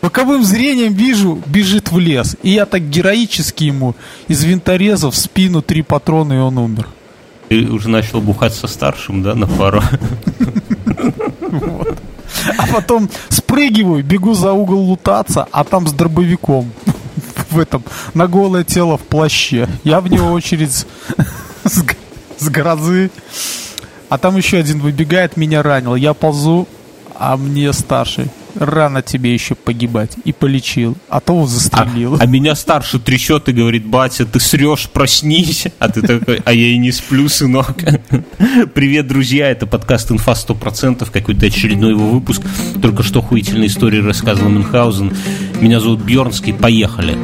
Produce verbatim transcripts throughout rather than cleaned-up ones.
Боковым зрением вижу, бежит в лес. И я так героически ему из винтореза в спину три патрона, и он умер. Ты уже начал бухать со старшим, да, на пару? А потом спрыгиваю, бегу за угол лутаться, а там с дробовиком в этом, на голое тело в плаще. Я в него очередь с грозы. А там еще один выбегает, меня ранил. Я ползу, а мне старший: рано тебе еще погибать. И полечил, а то застрелил. А, а меня старший трясет и говорит: батя, ты срешь, проснись. А ты такой: а я и не сплю, сынок. Привет, друзья, это подкаст «Инфа сто процентов», какой-то очередной его выпуск. Только что охуительные истории рассказывал Мюнхгаузен. Меня зовут Бьернский, поехали.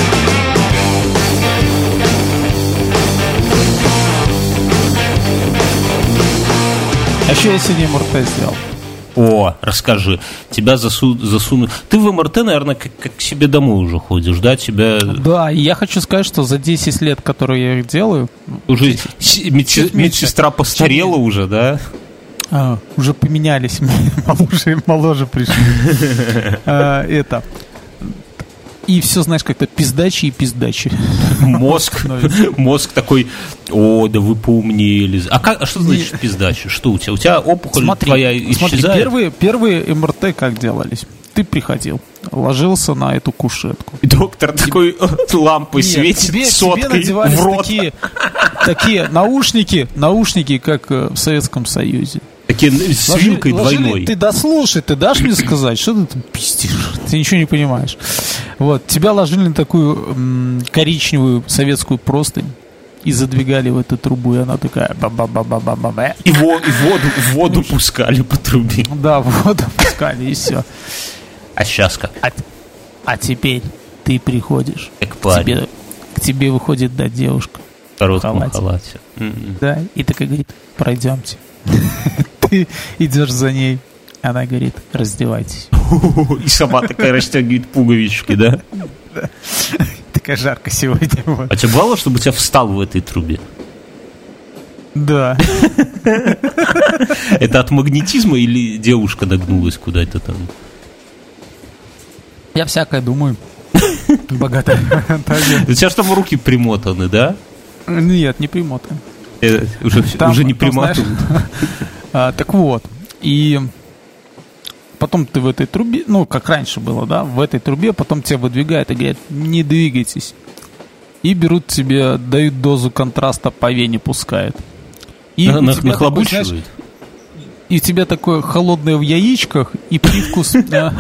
А еще я сегодня эм эр тэ сделал. О, расскажи. Тебя засу... засунут. Ты в эм эр тэ, наверное, как, как к себе домой уже ходишь, да? Тебя... Да, и я хочу сказать, что за десять лет, которые я их делаю... Уже медсестра, медсестра постарела уже, да? А, уже поменялись, моложе, моложе пришли. а, Это... И все, знаешь, как-то пиздачи и пиздачи. Мозг, мозг такой: о, да вы поумнели. А, как, а что значит пиздачи? Что у тебя? У тебя опухоль смотри, твоя исчезает? Смотри, первые, первые эм эр тэ как делались? Ты приходил, ложился на эту кушетку. И доктор и... такой лампой Нет, светит тебе, соткой тебе надевались в рот. Такие, такие наушники, наушники, как в Советском Союзе. Такие с Ложи, вилкой ложили, двойной. Ты дослушай, ты дашь мне сказать, что ты там пиздишь? Ты ничего не понимаешь. Вот, тебя ложили на такую м, коричневую советскую простынь и задвигали в эту трубу, и она такая ба-ба-ба-ба-ба-ба. И, во, и воду, воду пускали по трубе. Да, воду пускали, и все. А сейчас как? А, а теперь ты приходишь. Как парень. Тебе, к тебе выходит, да, девушка. В коротком халате. халате. Да, и такая говорит: пройдемте. Ты идешь за ней, она говорит: раздевайтесь. И сама такая расстегивает пуговички, да? Такая жарко сегодня. А тебе бывало, чтобы у тебя встал в этой трубе? Да. Это от магнетизма или девушка нагнулась куда-то там? Я всякое думаю. Богатая. У тебя же там руки примотаны, да? Нет, не примотаны. Э, уже, там, уже не приматывают. А, так вот, и потом ты в этой трубе, ну, как раньше было, да, в этой трубе, потом тебя выдвигают и говорят: не двигайтесь. И берут тебе, дают дозу контраста по вене, пускают. И на, на, нахлобучивают. И у тебя такое холодное в яичках, и привкус...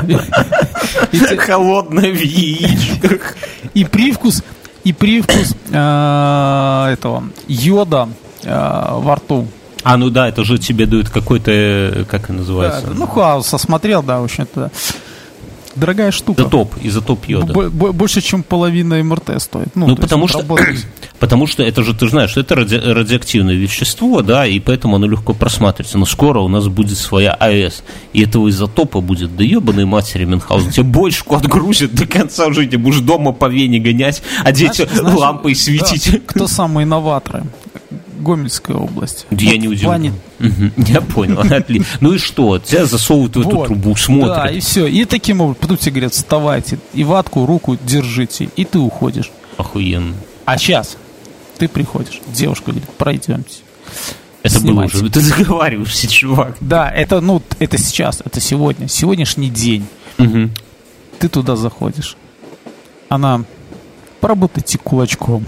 Холодное в яичках. И привкус... И привкус этого йода во рту. А, ну да, это же тебе дают какой-то, как это называется? Да, ну, Хаус осмотрел, да, в общем-то. Дорогая штука. Изотоп, изотоп йода. Б- больше, чем половина эм эр тэ стоит. Ну, ну потому что, потому что это же, ты знаешь, что это ради, радиоактивное вещество, да, и поэтому оно легко просматривается. Но скоро у нас будет своя АЭС, и этого изотопа будет, да ебаной матери Мюнхгаузен. Тебе бочку отгрузят до конца жизни, будешь дома по вене гонять, одеть знаешь, лампой знаешь, светить. Да, кто самые инноваторы? Гомельская область. Я вот не удивлен. Плане... Угу, я понял. Отлично. Ну и что? Тебя засовывают в эту вот, трубу, смотрят. Да, и все. И таким образом, потом тебе говорят: вставайте, и ватку, руку держите, и ты уходишь. Охуенно. А сейчас ты приходишь, девушка говорит: пройдемте. Это Снимайте. Было уже. Ты заговариваешься, чувак. Да, это, ну, это сейчас, это сегодня. Сегодняшний день. Угу. Ты туда заходишь. Она... Поработайте кулачком.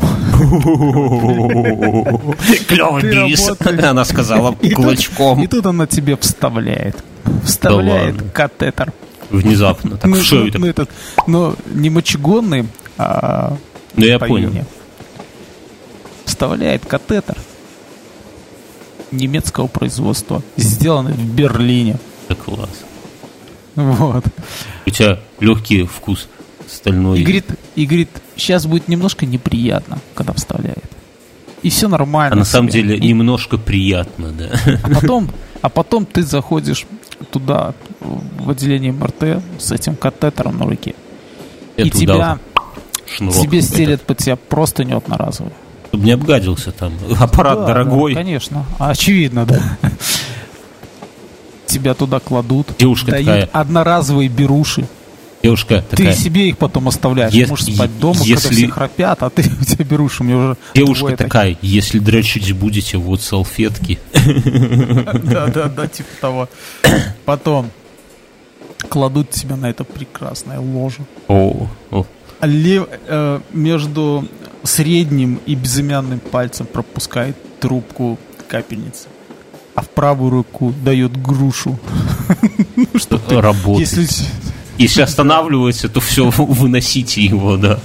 Клевый девиз. Она сказала кулачком. И тут она тебе вставляет. Вставляет катетер. Внезапно, так в шею. Ну, этот, но не мочегонный, а... Ну, я понял. Вставляет катетер немецкого производства, сделанный в Берлине. Да класс. Вот. У тебя легкий вкус. Стальной. И говорит, и говорит, сейчас будет немножко неприятно, когда вставляет. И все нормально. А на самом деле и... немножко приятно, да. А потом, а потом ты заходишь туда, в отделение эм эр тэ, с этим катетером на руке. Я и тебя, тебе стелят под тебя простыню одноразовую. Чтобы не обгадился там. Аппарат да, дорогой. Да, конечно. Очевидно, да. Тебя туда кладут. Девушка дают такая. Одноразовые беруши. Девушка такая... Ты себе их потом оставляешь. Е- можешь спать дома, если... когда все храпят, а ты тебя берешь, у меня уже... Девушка такая, таких. Если дрочить будете, вот салфетки. Да-да-да, типа того. Потом кладут тебя на это прекрасное ложе. О, о. Лев, э, между средним и безымянным пальцем пропускает трубку капельницы, а в правую руку дает грушу. Работает. Если... Если останавливается, то все, выносите его, да.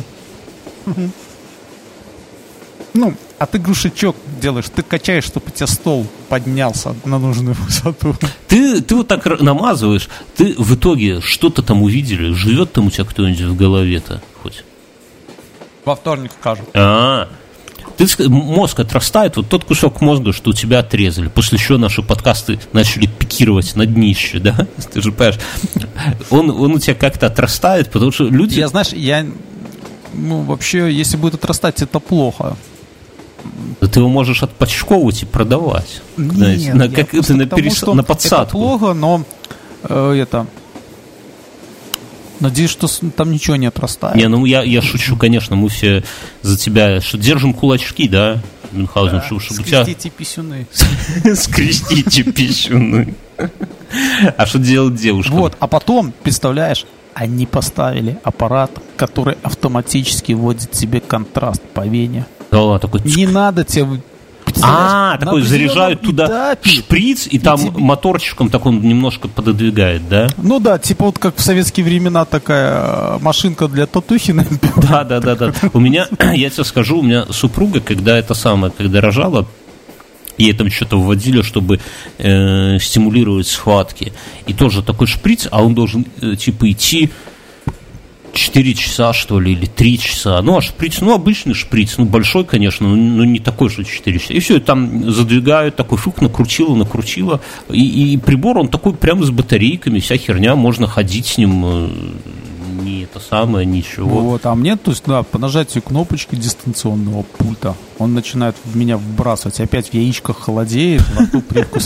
Ну, а ты грушечок делаешь, ты качаешь, чтобы у тебя стол поднялся на нужную высоту. Ты, ты вот так намазываешь, ты в итоге что-то там увидели, живет там у тебя кто-нибудь в голове-то хоть? Во вторник скажут. А-а-а. Ты, мозг отрастает, вот тот кусок мозга, что у тебя отрезали, после чего наши подкасты начали пикировать на днище, да? Ты же понимаешь, он, он у тебя как-то отрастает, потому что люди... Я, знаешь, я... Ну, вообще, если будет отрастать, это плохо. Да ты его можешь отпочковывать и продавать. Нет, на, как это на, перес... на подсадку. Это плохо, но э, это... Надеюсь, что там ничего не отрастает. Не, ну я, я шучу, конечно, мы все за тебя что, держим кулачки, да, Мюнхгаузен, да, чтобы, чтобы скрестите тебя... писюны. Скрестите писюны. А что делать девушка? Вот, а потом, представляешь, они поставили аппарат, который автоматически вводит тебе контраст по вене. Да ладно, такой... Не надо тебе... А, такой заряжают туда шприц, и там моторчиком так он немножко пододвигает, да? Ну да, типа вот как в советские времена такая машинка для татухи. Да, да, да, да. У меня, я тебе скажу, у меня супруга, когда это самое, когда рожала, ей там что-то вводили, чтобы э, стимулировать схватки. И тоже такой шприц, а он должен э, типа идти четыре часа, что ли, или три часа. Ну, а шприц, ну, обычный шприц, ну, большой, конечно, но не такой, что четыре часа. И все, там задвигают, такой фук, накрутило, накрутило. И, и прибор, он такой прямо с батарейками, вся херня, можно ходить с ним, не это самое, ничего. Вот, а мне, то есть, да, по нажатию кнопочки дистанционного пульта он начинает в меня вбрасывать. Опять в яичках холодеет, во рту привкус.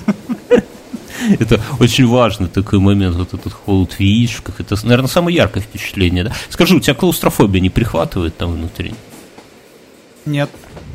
Это очень важный такой момент, вот этот холод в яичках. Это, наверное, самое яркое впечатление, да? Скажи, у тебя клаустрофобия не прихватывает там внутри? Нет.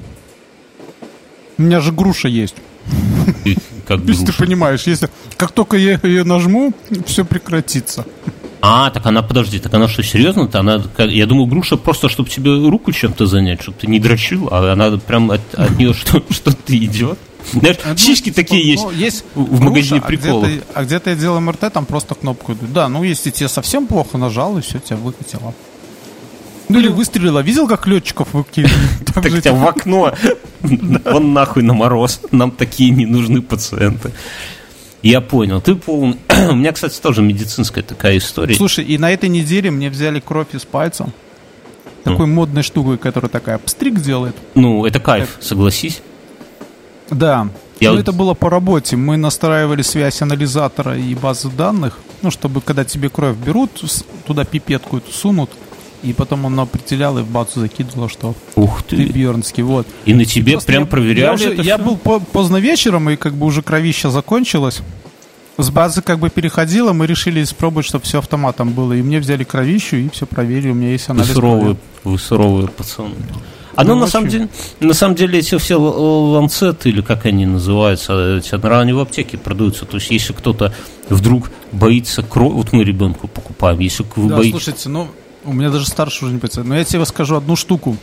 У меня же груша есть. И как груша? Ты понимаешь, если как только я ее нажму, все прекратится. А, так она, подожди, так она что, серьезно-то? Она, я думал, груша просто, чтобы тебе руку чем-то занять, чтобы ты не дрочил, а она прям от, от нее что, что-то идет. Знаешь, ну, сиськи типа, такие есть, ну, есть в груша, магазине приколов. А где, ты, а где ты делал эм эр тэ, там просто кнопку идут. Да, ну если тебе совсем плохо нажал, и все, тебя выкатило. Ну или выстрелила. Видел, как летчиков выкинули? Так тебя в окно. Вон нахуй на мороз. Нам такие не нужны пациенты. Я понял, ты полный... У меня, кстати, тоже медицинская такая история. Слушай, и на этой неделе мне взяли кровь из пальца. Такой ну. модной штукой, которая такая пстрик делает. Ну, это кайф, так. Согласись. Да, Я но вот... это было по работе. Мы настраивали связь анализатора и базы данных, ну, чтобы, когда тебе кровь берут, туда пипетку эту сунут, и потом он определял и в базу закидывал, что Ух ты, ты Бьернский, вот. И на тебе и прям я, проверяли я, это уже, я все? был по- поздно вечером, и как бы уже кровища закончилась. С базы как бы переходила, мы решили испробовать, чтобы все автоматом было. И мне взяли кровищу, и все проверили, у меня есть анализ. Вы суровые, вы суровые пацаны. А ну, ну на, самом деле, на самом деле эти все ланцеты, или как они называются, эти, они в аптеке продаются. То есть, если кто-то вдруг боится крови, вот мы ребенку покупаем, если вы да, боитесь... слушайте, ну, у меня даже старший уже не боится. Но я тебе скажу одну штуку.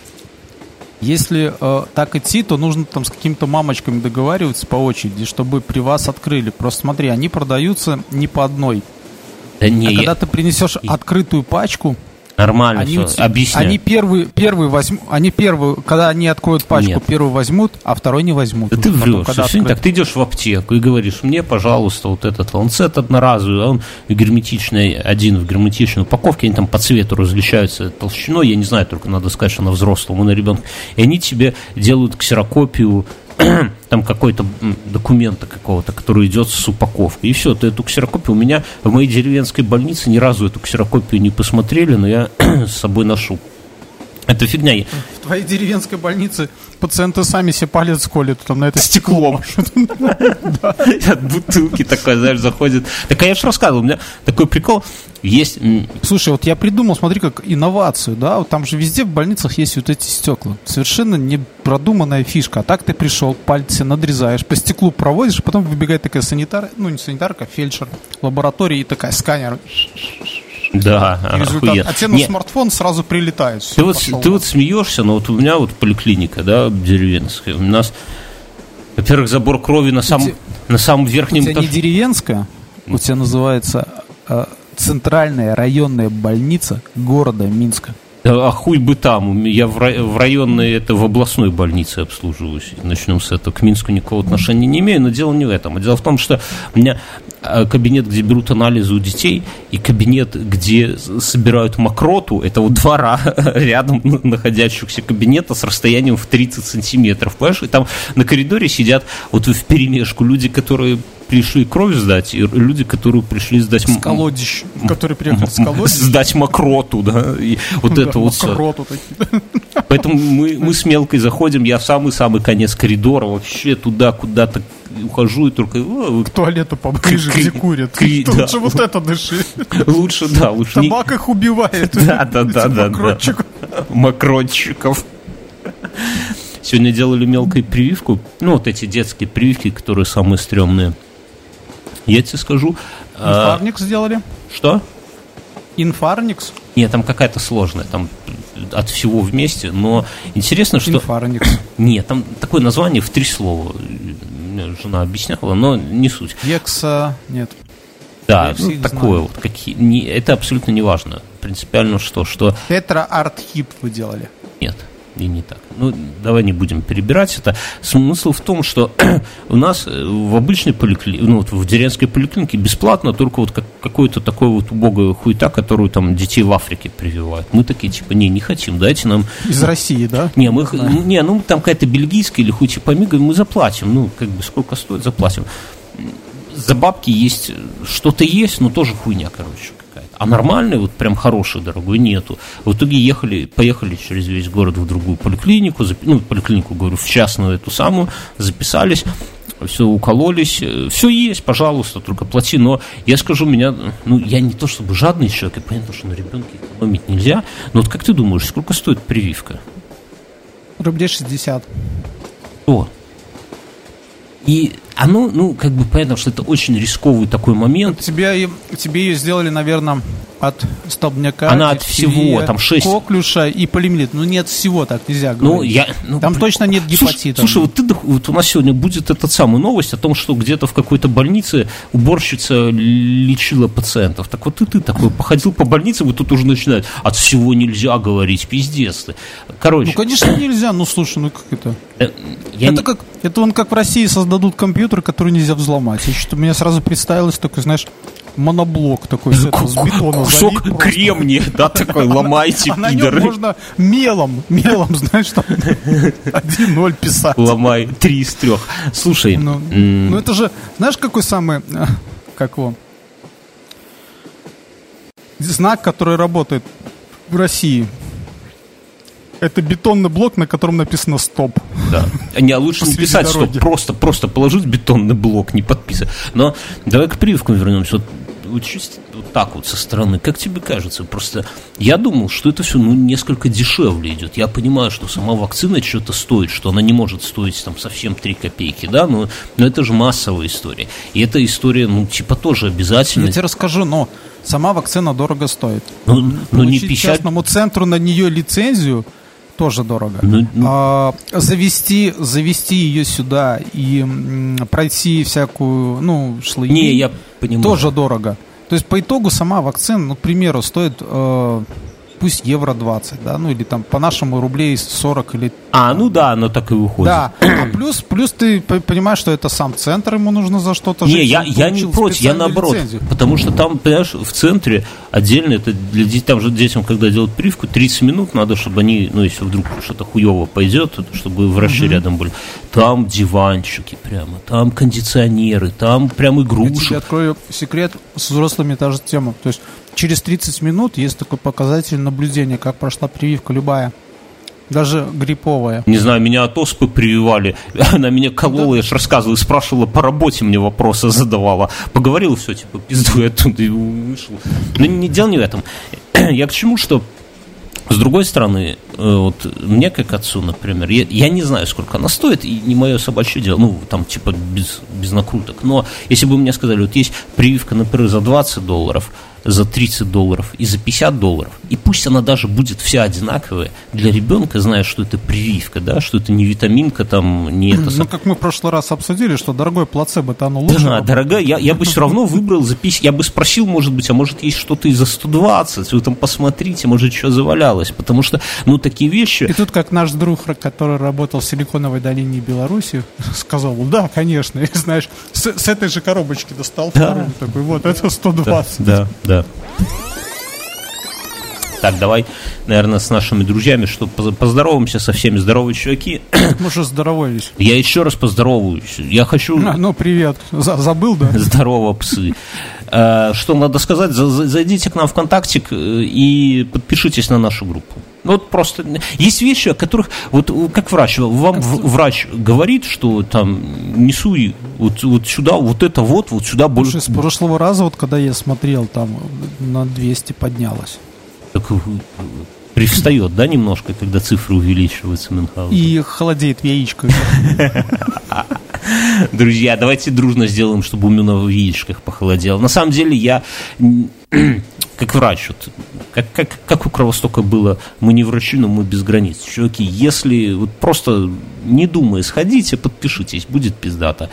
Если э, так идти, то нужно там с какими-то мамочками договариваться по очереди, чтобы при вас открыли. Просто смотри, они продаются не по одной. Да не, а я... когда ты принесешь открытую пачку... Нормально они, все, объясняю. Они первые, первые возьмут, они первые, когда они откроют пачку, Нет. первый возьмут, а второй не возьмут. Да ты врешь, что открыт... так ты идешь в аптеку и говоришь, мне, пожалуйста, вот этот ланцет одноразовый, он в герметичной, один в герметичной упаковке, они там по цвету различаются толщиной, я не знаю, только надо сказать, что на взрослом и на ребенка, и они тебе делают ксерокопию там какой-то документа какого-то, который идет с упаковкой. И все, ты эту ксерокопию... У меня в моей деревенской больнице ни разу эту ксерокопию не посмотрели, но я с собой ношу. Это фигня. В твоей деревенской больнице пациенты сами себе палец колят там на это стекло. От бутылки такой, знаешь, заходит. Так я же рассказывал, у меня такой прикол есть. Слушай, вот я придумал, смотри, как инновацию, да, вот там же везде в больницах есть вот эти стекла. Совершенно непродуманная фишка. А так ты пришел, пальцы надрезаешь, по стеклу проводишь, а потом выбегает такая санитарка, ну не санитарка, а фельдшер, лаборатория и такая сканер. Да, результат. А тебе на смартфон сразу прилетает. Ты вот, ты вот смеешься, но вот у меня вот поликлиника, да, деревенская. У нас, во-первых, забор крови на, сам, на самом верхнем... У тебя не деревенская, у тебя называется э, Центральная районная больница города Минска. А хуй бы там, я в, рай, в районной, это в областной больнице обслуживаюсь. Начнем с этого. К Минску никакого отношения не имею, но дело не в этом. Дело в том, что у меня кабинет, где берут анализы у детей, и кабинет, где собирают мокроту, это вот два рядом находящихся кабинета с расстоянием в тридцать сантиметров. Понимаешь? И там на коридоре сидят вот вперемешку люди, которые пришли кровь сдать, и люди, которые пришли сдать... С колодищ, которые приехали с колодищ. Сдать мокроту, да. И вот да, это вот мокроту такие. Поэтому мы, мы с Мелкой заходим, я в самый-самый конец коридора, вообще туда куда-то ухожу и только... О, к туалету поближе, где курят. Кри, да. Лучше вот это дыши. Лучше, да, лучше... Табак их убивает. Да, да, да, да. Мокротчиков. Мокротчиков. Сегодня делали Мелкой прививку, ну, вот эти детские прививки, которые самые стрёмные. Я тебе скажу... Инфарникс а... сделали? Что? Инфарникс? Нет, там какая-то сложная, там от всего вместе, но интересно, что... Инфарникс. Нет, там такое название в три слова. Мне жена объясняла, но не суть. Гекса... Нет. Да, ну, такое вот. Какие... Не... Это абсолютно не важно. Принципиально что? что... Тетра-арт-хип вы делали? Нет. И не так. Ну, давай не будем перебирать это. Смысл в том, что у нас в обычной поликлинике, ну, вот в деревенской поликлинике бесплатно только вот как, какое-то такое вот убогое хуета, которую там детей в Африке прививают. Мы такие, типа, не, не хотим, дайте нам... Из России, да? Не, мы, да. не ну, там какая-то бельгийская или хуй типа мига, мы заплатим. Ну, как бы, сколько стоит, заплатим. За бабки есть, что-то есть, но тоже хуйня, короче. А нормальной, вот прям хорошей, дорогой, нету. В итоге ехали, поехали через весь город в другую поликлинику, ну, поликлинику, говорю, в частную эту самую, записались, все укололись, все есть, пожалуйста, только плати. Но я скажу, меня, ну, я не то чтобы жадный человек, и понятно, что на ребенке экономить нельзя, но вот как ты думаешь, сколько стоит прививка? Рублей шестьдесят. О. И оно, ну, как бы понятно, что это очень рисковый такой момент. Тебе, тебе ее сделали, наверное, от столбняка. Она от всего, там шесть. Коклюша и полиомиелит. Ну, нет всего, так нельзя говорить. Ну, я, ну, там точно нет гепатита. Слушай, слушай вот, ты, вот у нас сегодня будет эта самая новость о том, что где-то в какой-то больнице уборщица лечила пациентов. Так вот и ты такой походил по больнице, вот тут уже начинают. От всего нельзя говорить, пиздец ты. Короче. Ну, конечно, нельзя. Ну, слушай, ну как это? Я это не... как, это он как в России создадут компьютер, который нельзя взломать. И что мне сразу представилось такой, знаешь, моноблок такой с, этого, с бетона. Кусок кремния, да, такой, ломайте, а пидоры. На нем можно мелом, мелом, знаешь, там один ноль писать. Ломай три из трех. Слушай. Ну, ну это же, знаешь, какой самый, как его, знак, который работает в России? Это бетонный блок, на котором написано «стоп». Да. Не, а лучше не писать «стоп», просто, просто положить бетонный блок, не подписывать. Но давай к прививкам вернемся. Вот, вот, вот так вот со стороны. Как тебе кажется? Просто я думал, что это все ну, несколько дешевле идет. Я понимаю, что сама вакцина что-то стоит, что она не может стоить там совсем три копейки, да, но, но это же массовая история. И эта история, ну, типа тоже обязательно. Я тебе расскажу, но сама вакцина дорого стоит. Ну, ну не пятьдесят... частному центру на нее лицензию тоже дорого. Ну, ну... А, завести, завести ее сюда и м, пройти всякую, ну, шлыги, не, я понимаю. Тоже дорого. То есть по итогу сама вакцина, ну, к примеру, стоит э, пусть евро двадцать, да, ну или там по нашему рублей сорок или... А, ну да, оно так и выходит. Да, а плюс, плюс ты понимаешь, что это сам центр, ему нужно за что-то жить. Не, я, я не против, я наоборот, лицензию. Потому что там, понимаешь, в центре отдельно, это для детей, там же детям, когда делают прививку, тридцать минут надо, чтобы они, ну если вдруг что-то хуево пойдет, чтобы врачи uh-huh. рядом были, там диванчики прямо, там кондиционеры, там прям игрушки. Я тебе открою секрет, с взрослыми та же тема, то есть через тридцать минут есть такой показатель наблюдения, как прошла прививка любая. Даже грипповая. Не знаю, меня от оспы прививали. Она меня колола, да. Я же рассказывала, спрашивала, по работе мне вопросы задавала. Поговорил, все, типа, пизду я оттуда и вышел. Но не, дело не в этом. Я к чему, что с другой стороны, вот мне как отцу, например, я, я не знаю, сколько она стоит, и не мое собачье дело, ну, там, типа, без, без накруток. Но если бы мне сказали, вот есть прививка, например, за двадцать долларов, за тридцать долларов и за пятьдесят долларов, и пусть она даже будет вся одинаковая, для ребенка, зная, что это прививка, да, что это не витаминка, там, не это... Ну, как мы в прошлый раз обсудили, что дорогой плацебо-то оно лучше. Да, дорогая, я, я бы все равно выбрал за пятьдесят, я бы спросил, может быть, а может есть что-то и за сто двадцать, вы там посмотрите, может, что завалялось, потому что, ну, такие вещи... И тут, как наш друг, который работал в Силиконовой долине Беларуси, сказал, да, конечно, и, знаешь, с, с этой же коробочки достал да. вторую, такой, вот, это сто двадцать. Да, да. Да. Так, давай, наверное, с нашими друзьями, что поздороваемся со всеми. Здоровые чуваки. Мы же здоровались. Я еще раз поздороваюсь. Я хочу... А, ну, привет. Забыл, да? Здорово, псы. Что надо сказать? Зайдите к нам в ВКонтактик и подпишитесь на нашу группу. Вот просто есть вещи, о которых, вот как врач, вам врач говорит, что там несу вот, вот сюда, вот это вот, вот сюда больше. Слушай, с прошлого раза, вот когда я смотрел, там на двести поднялось. Так привстает, да, немножко, когда цифры увеличиваются Мюнхгаузен? И холодеет в яичках. Друзья, давайте дружно сделаем, чтобы у Мюна в яичках похолодело. На самом деле я... Как врач, вот, как, как, как у Кровостока было, мы не врачи, но мы без границ. Чуваки, если вот просто не думая, сходите, подпишитесь, будет пиздато.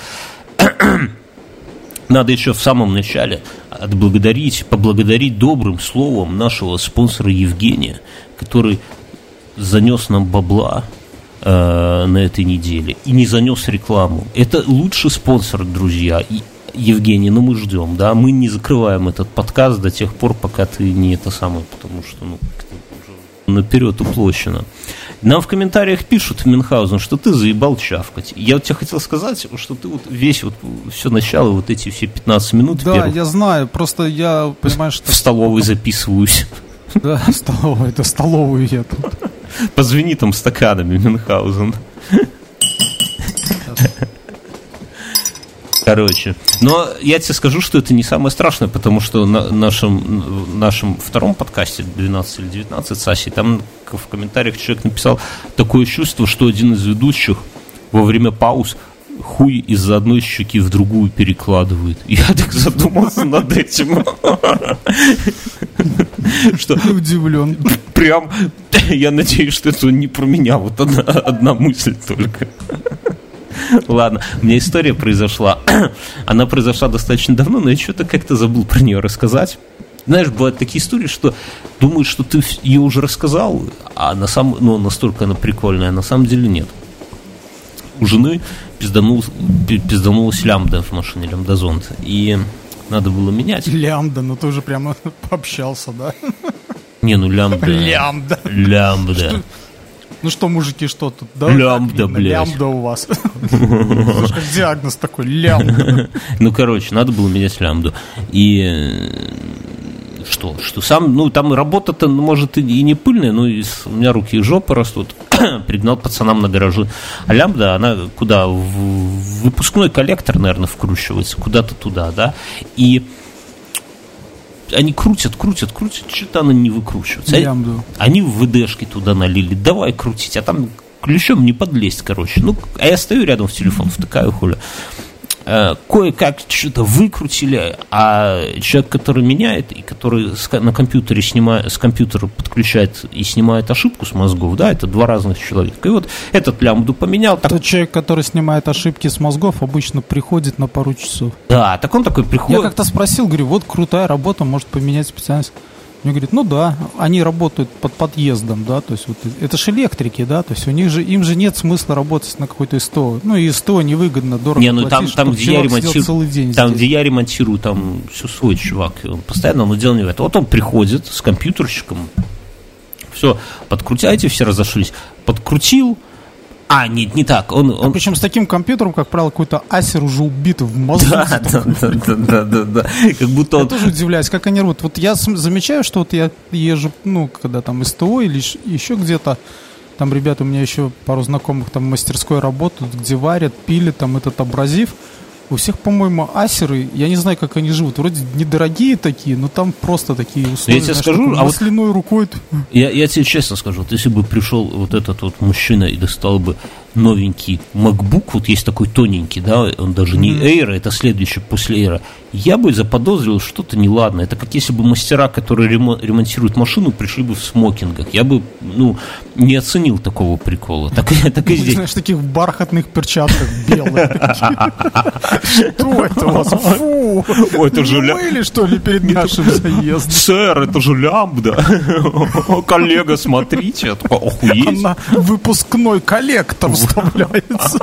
Надо еще в самом начале отблагодарить, поблагодарить добрым словом нашего спонсора Евгения, который занес нам бабла э, на этой неделе и не занес рекламу. Это лучший спонсор, друзья. И Евгений, ну мы ждем, да, мы не закрываем этот подкаст до тех пор, пока ты не это самое, потому что, ну, уже наперед уплощено. Нам в комментариях пишут, Мюнхгаузен, что ты заебал чавкать. Я вот тебе хотел сказать, что ты вот весь вот все начало, вот эти все пятнадцать минут. Да, первых, я знаю, просто я, понимаешь, в столовой записываюсь. Да, в столовой, это столовую я тут. Позвони там стаканами, Мюнхгаузен. Короче, но я тебе скажу, что это не самое страшное, потому что на нашем, нашем втором подкасте двенадцать или девятнадцать с Асей, там в комментариях человек написал такое чувство, что один из ведущих во время пауз хуй из-за одной щеки в другую перекладывает. Я так задумался над этим. Что удивлен. Прям, я надеюсь, что это не про меня, вот одна, одна мысль только. Ладно, у меня история произошла. Она произошла достаточно давно, но я что-то как-то забыл про нее рассказать. Знаешь, бывают такие истории, что думаешь, что ты ее уже рассказал, а на самом, ну, настолько она прикольная, а на самом деле нет. У жены пизданулась, пизданулась лямбда в машине, лямбдазонт, и надо было менять. Лямбда, ну ты уже прямо пообщался, да? Не, ну лямбда. Лямбда. Лямбда. Ну что, мужики, что тут, да? Лямбда, блядь. Лямбда у вас. Как диагноз такой, лямбда. Ну, короче, надо было менять лямбду. И что, что сам, ну, там работа-то, может, и не пыльная, но у меня руки и жопа растут. Пригнал пацанам на гаражи. А лямбда, она куда? В выпускной коллектор, наверное, вкручивается, куда-то туда, да? И они крутят, крутят, крутят, что-то она не выкручивается. Лямбду. Они в ВДшки туда налили, давай крутить, а там ключом не подлезть, короче. Ну, а я стою рядом в телефон, втыкаю, хуля. Кое-как что-то выкрутили, а человек, который меняет и который на компьютере снимает, с компьютера подключает и снимает ошибку с мозгов, да, это два разных человека. И вот этот лямбду поменял. Тот так... человек, который снимает ошибки с мозгов, обычно приходит на пару часов. Да, так он такой приходит. Я как-то спросил, говорю, вот крутая работа, может поменять специальность. Мне говорит, ну да, они работают под подъездом, да, то есть вот это же электрики, да, то есть у них же, им же нет смысла работать на какой-то СТО. Ну и СТО невыгодно, дорого не, ну платить, там, там, где я ремонтирую, там, здесь. где я ремонтирую, там все свой чувак, он постоянно, но дело не в этом. Вот он приходит с компьютерщиком, все, подкрутяйте, все разошлись, подкрутил. А, нет, не так. Он, он... А причем с таким компьютером, как правило, какой-то асер уже убит в мозгу. Да, да, да, да, да, да. Как будто я он... тоже удивляюсь, как они работают. Вот я замечаю, что вот я езжу, ну, когда там СТО или еще где-то, Там ребята, у меня еще пару знакомых там в мастерской работают, где варят, пилят там этот абразив. У всех, по-моему, асеры, я не знаю, как они живут. Вроде недорогие такие, но там просто такие условия. Я тебе скажу, а вот масляной рукой. Я, я тебе честно скажу, вот если бы пришел вот этот вот мужчина и достал бы новенький MacBook, вот есть такой тоненький, да, он даже не Air, это следующий после Air, я бы заподозрил что-то неладное. Это как если бы мастера, которые ремонтируют машину, пришли бы в смокингах. Я бы, ну, не оценил такого прикола. Так, так и здесь. Знаешь, таких бархатных перчатках белых. Что это у вас? Фу! Это же лямбда. Мыли, что ли, перед нашим заездом? Сэр, это же лямбда. Коллега, смотрите. Я такой, охуеть. На выпускной коллектор вставляется.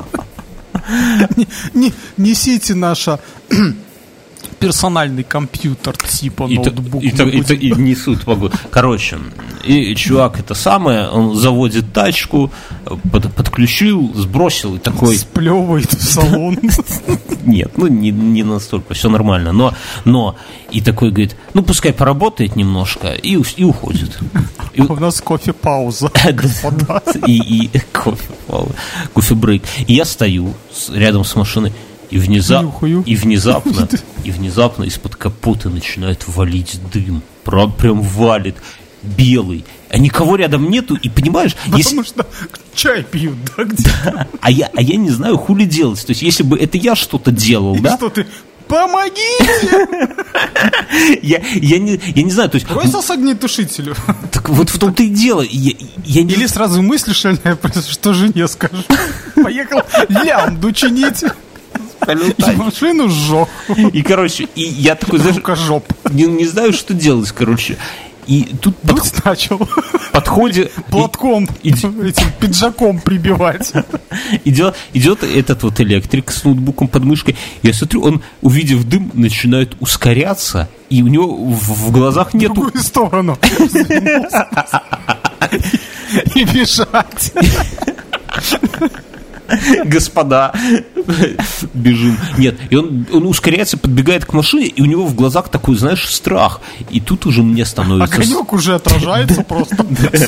Несите наша... персональный компьютер типа и ноутбук. И, и, и, и несут могу. Короче, и чувак это самое, он заводит тачку, под, подключил, сбросил и такой... Сплевывает в салон. Нет, ну не, не настолько, все нормально. Но, но и такой говорит, ну пускай поработает немножко и, и уходит. И, у нас кофе-пауза. И, и кофе-пауза, кофе-брейк. И я стою рядом с машиной. И, внезап... и внезапно, и внезапно из-под капота начинает валить дым. Прям, прям валит. Белый. А никого рядом нету, и понимаешь... Потому если... что чай пьют, да, где? Да. А, я, а я не знаю, хули делать. То есть, если бы это я что-то делал, и да? Что ты... Помогите! я, я, не, я не знаю, то есть... Бросил с огнетушителю. Так вот в том-то и дело. Я, я не... Или сразу мыслишь, что жене скажу. Поехал лямбду чинить. И машину сжег. И, короче, и я такой, знаешь, не, не знаю, что делать, короче. И тут под... начал подходит платком, и... этим пиджаком прибивать. Идет, идет этот вот электрик с ноутбуком под мышкой. Я смотрю, он, увидев дым, начинает ускоряться, и у него в, в глазах нету... В другую сторону. И бежать. Господа, бежим. Нет, и он, он ускоряется, подбегает к машине, и у него в глазах такой, знаешь, страх. И тут уже мне становится... Огонек уже отражается просто.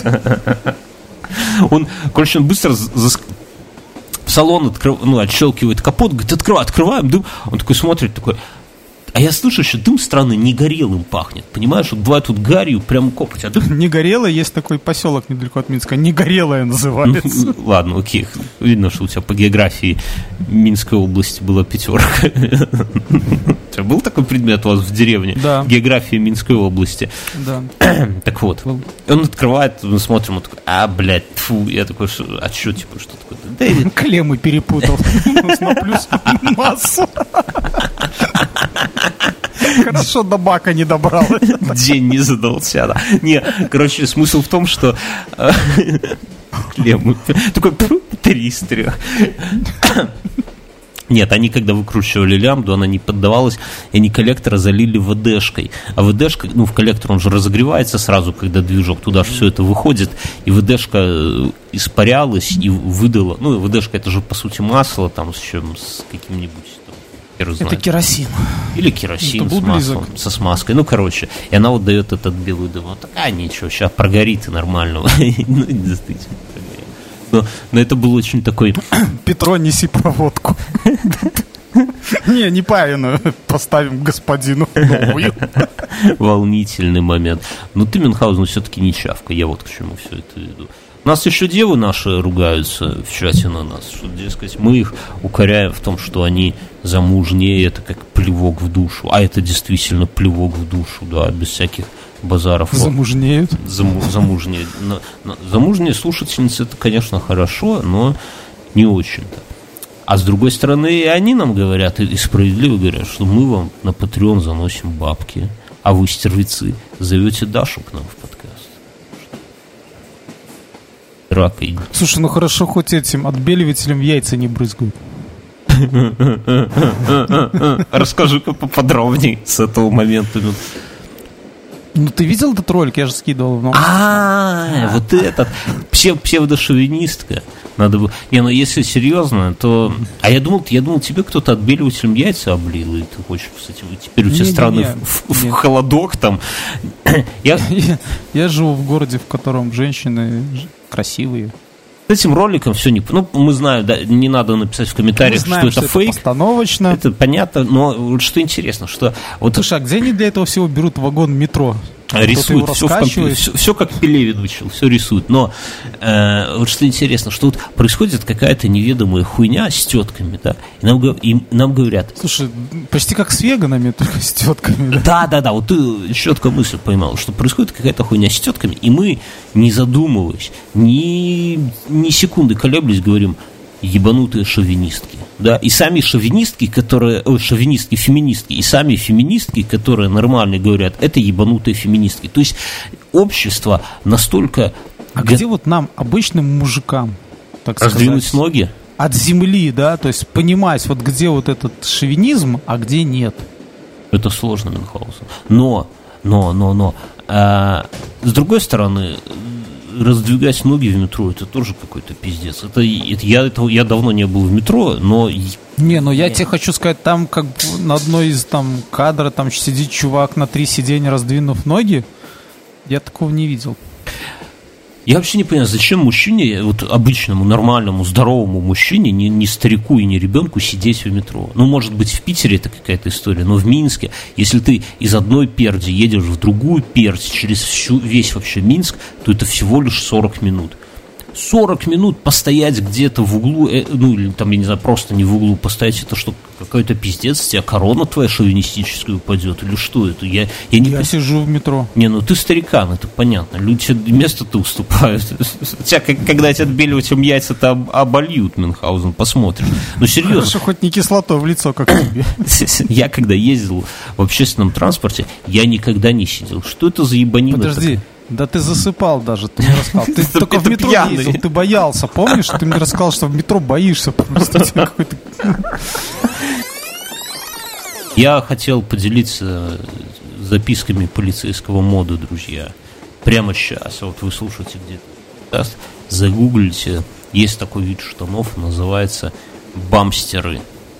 Он, короче, он быстро в салон открыв... ну, отщелкивает капот, говорит, открывай, открываем дым. Он такой смотрит, такой... А я слышу, что дым странный негорелым пахнет. Понимаешь, вот бывает тут гарью прям копоть. А дым... Негорелое, есть такой поселок недалеко от Минска. Негорелое называется. Ну, ладно, окей. Видно, что у тебя по географии Минской области была пятерка. У тебя был такой предмет у вас в деревне? Да. География Минской области. Да. Так вот. Он открывает, мы смотрим, он такой, а, блядь, фу. Я такой, а что, типа, что такое? Да, клеммы перепутал. На плюс массу. Хорошо, до бака не добрал. День не задался, да. Не, короче, смысл в том, что клеммы, такой три из трех. Нет, они когда выкручивали лямбду, она не поддавалась, и они коллектора залили ВДшкой. А ВДшка, ну, в коллектор он же разогревается сразу, когда движок туда же все это выходит, и ВДшка испарялась и выдала. Ну, ВДшка это же, по сути, масло там с чем, с каким-нибудь... Это керосин. Или керосин с маслом, со смазкой. Ну, короче. И она вот дает этот белый дым. Вот, а, ничего, сейчас прогорит и нормально. Ну, действительно прогорит. Но, но это был очень такой... Петро, неси проводку. Не, не паяную. Поставим господину новую. Волнительный момент. Но ты, Мюнхгаузен, все-таки не чавка. Я вот к чему все это веду. У нас еще девы наши ругаются в чате на нас, что, дескать, мы их укоряем в том, что они замужнее, это как плевок в душу. А это действительно плевок в душу, да, без всяких базаров. Замужнеют? Заму, замужнее. Но, но, замужние слушательницы, это, конечно, хорошо, но не очень-то. А с другой стороны, и они нам говорят, и справедливо говорят, что мы вам на Patreon заносим бабки, а вы, стервицы, зовете Дашу к нам в подкаст. Ракой. Слушай, ну хорошо, хоть этим отбеливателем яйца не брызгают. Расскажи-ка поподробнее с этого момента. Ну, ты видел этот ролик? Я же скидывал. А, вот этот. Псевдошовинистка. Надо было... Не, ну если серьезно, то... А я думал, я думал, тебе кто-то отбеливателем яйца облил, и ты хочешь, кстати, теперь у тебя странный холодок там. Я живу в городе, в котором женщины красивые. С этим роликом все не... Ну, мы знаем, да, не надо написать в комментариях, знаем, что это что фейк. Это постановочно. Это понятно, но вот что интересно, что... Вот... Слушай, а где они для этого всего берут вагон метро? Рисуют, все, в компьютере, все, все как Пелевин учил, все рисуют. Но э, вот что интересно, что вот происходит какая-то неведомая хуйня с тетками, да, и нам, и нам говорят... Слушай, почти как с веганами, только с тетками. Да, да, да, вот ты четко мысль поймал, что происходит какая-то хуйня с тетками, и мы, не задумываясь, ни, ни секунды колеблясь, говорим: ебанутые шовинистки. Да, и сами шовинистки, которые, ой, шовинистки, феминистки, и сами феминистки, которые нормально говорят, это ебанутые феминистки. То есть общество настолько... А г... где вот нам, обычным мужикам, так раздвинуть сказать, ноги? От земли, да, то есть понимать, вот где вот этот шовинизм, а где нет. Это сложно, Мюнхгаузен. Но, но, но, но, а, с другой стороны... раздвигать ноги в метро, это тоже какой-то пиздец. Это, это, я, это, я давно не был в метро, но... Не, ну я тебе хочу сказать, там как на одной из там кадров там сидит чувак на три сиденья, раздвинув ноги. Я такого не видел. Я вообще не понимаю, зачем мужчине, вот обычному, нормальному, здоровому мужчине, не, не старику и не ребенку сидеть в метро. Ну, может быть, в Питере это какая-то история, но в Минске, если ты из одной перди едешь в другую пердь через всю, весь вообще Минск, то это всего лишь сорок минут. сорок минут постоять где-то в углу, э, ну, или там, я не знаю, просто не в углу постоять, это что, какой-то пиздец, у тебя корона твоя шовинистическая упадет, или что это? Я, я, не я пос... сижу в метро. Не, ну ты старикан, это понятно, люди место-то уступают. Тебя, когда эти отбеливать им яйца, то обольют, Мюнхгаузен, посмотришь. Ну, серьезно. Хорошо, хоть не кислотой в лицо, как тебе. Я, когда ездил в общественном транспорте, я никогда не сидел. Что это за ебанина? Подожди. Такая? Да ты засыпал даже, ты мне рассказал. Ты только в метро ездил, ты боялся, помнишь? Ты мне рассказал, что в метро боишься просто. Я хотел поделиться записками полицейского мода, друзья. Прямо сейчас. Вот вы слушаете где-то. Загуглите. Есть такой вид штанов, называется бамстеры.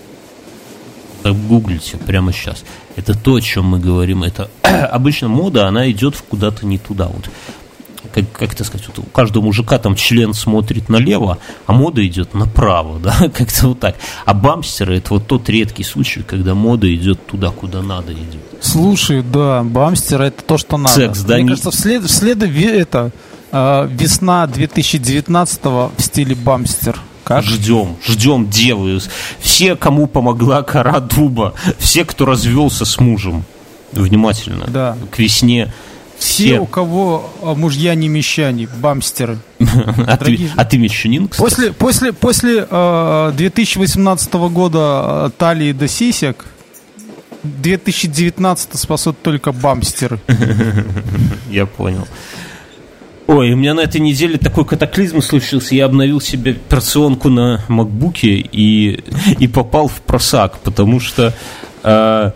Загуглите прямо сейчас. Это то, о чем мы говорим. Это обычно мода, она идет куда-то не туда. Вот, как, как это сказать, вот у каждого мужика там член смотрит налево, а мода идет направо, да, как-то вот так. А бамстеры — это вот тот редкий случай, когда мода идет туда, куда надо идет. Слушай, да, бамстеры — это то, что надо. Секс, да? Мне не... кажется, вслед, вслед это э, весна две тысячи девятнадцатого в стиле бамстер. Как? Ждем, ждем девы. Все, кому помогла кора дуба. Все, кто развелся с мужем. Внимательно. Да. К весне. Все, все, у кого мужья не мещане, бамстеры. А ты, а ты мещанин, кстати? После, после, после э, две тысячи восемнадцатого года талии до сисек две тысячи девятнадцатый спасут только бамстеры. Я понял. Ой, у меня на этой неделе такой катаклизм случился. Я обновил себе операционку на макбуке и, и попал в просак, потому что... Э,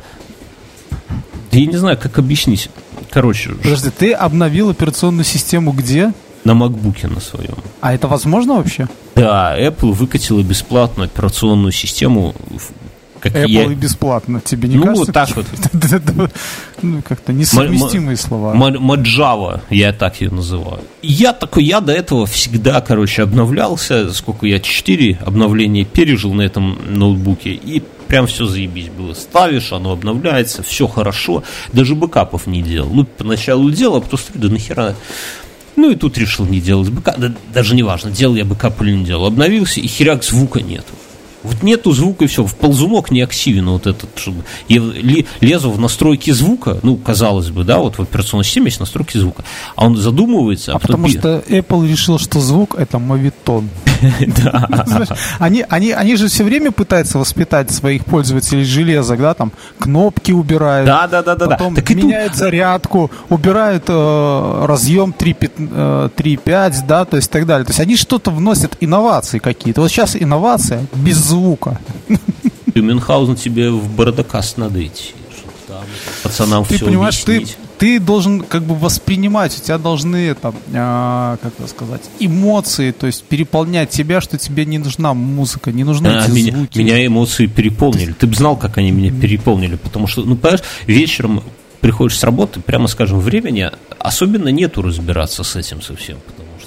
я не знаю, как объяснить. Короче... Подожди, ты обновил операционную систему где? На макбуке на своем. А это возможно вообще? Да, Apple выкатила бесплатную операционную систему. Как Apple я... и бесплатно, тебе не ну, кажется? Ну, так вот. Ну, как-то несовместимые слова. Маджава, я так ее называю. Я такой, я до этого всегда, короче, обновлялся. Сколько я, четыре обновления пережил на этом ноутбуке. И прям все заебись было. Ставишь, оно обновляется, все хорошо. Даже бэкапов не делал. Ну, поначалу делал, а потом смотрю, да нахера... Ну и тут решил не делать бэкап. Да, даже не важно, делал я бэкап или не делал. Обновился, и херак, звука нету. Вот нету звука, и все. В ползунок не активен вот этот, чтобы... Я лезу в настройки звука, ну, казалось бы, да, вот в операционной системе есть настройки звука. А он задумывается... А, а потому что Apple решил, что звук — это мовитон. Да. Они, они, они же все время пытаются воспитать своих пользователей железок, да, там кнопки убирают, да, да, да, да, потом так меняют тут... зарядку, убирают э, разъем три пять, да, то есть так далее. То есть они что-то вносят, инновации какие-то. Вот сейчас инновация без звука. И Мюнхгаузен, тебе в Бородокаст надо идти, чтобы там пацанам ты все понимаешь, объяснить. Ты... Ты должен как бы воспринимать, у тебя должны это, а, как это сказать, эмоции, то есть переполнять тебя, что тебе не нужна музыка, не нужны а, эти меня, звуки. Меня эмоции переполнили. Ты бы знал, как они меня переполнили, потому что, ну, понимаешь, вечером приходишь с работы, прямо скажем, времени особенно нету разбираться с этим совсем, потому что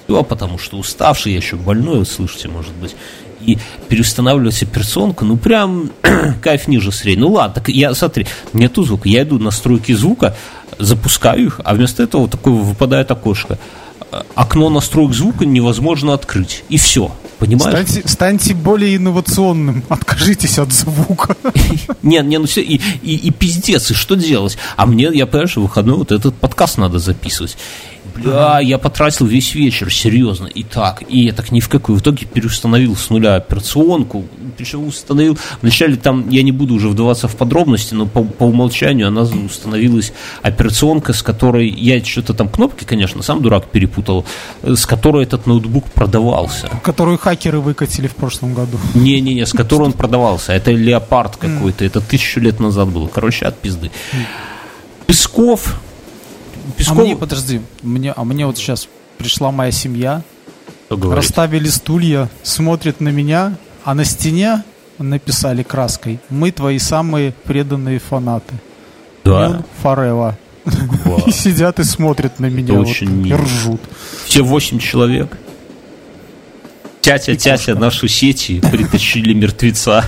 все, потому что уставший, я еще больной, вы слышите, может быть. И переустанавливать операционку, ну прям кайф ниже среднего. Ну ладно, так я, смотри, нету звука, я иду в настройки звука, запускаю их, а вместо этого такое выпадает окошко. Окно настроек звука невозможно открыть. И все. Понимаешь? Станьте, станьте более инновационным. Откажитесь от звука. Не, не, ну все, и, и, и пиздец, и что делать? А мне, я понимаю, что в выходной вот этот подкаст надо записывать. Бля, я потратил весь вечер, серьезно. И так, и я так ни в какую. В итоге переустановил с нуля операционку. Причем установил, вначале там, я не буду уже вдаваться в подробности, но по, по умолчанию она установилась операционка, с которой, я что-то там кнопки, конечно, сам дурак перепутал, с которой этот ноутбук продавался. Которую хакеры выкатили в прошлом году. Не-не-не, с которой он продавался. Это леопард какой-то, это тысячу лет назад было. Короче, от пизды. Песков... Песков... А мне, подожди, мне, а мне вот сейчас пришла моя семья, расставили стулья, смотрят на меня, а на стене написали краской: «Мы твои самые преданные фанаты». Да. Forever. И сидят и смотрят на меня, вот, и ржут. Все восемь человек. Тятя, тятя, нашу сети притащили мертвеца.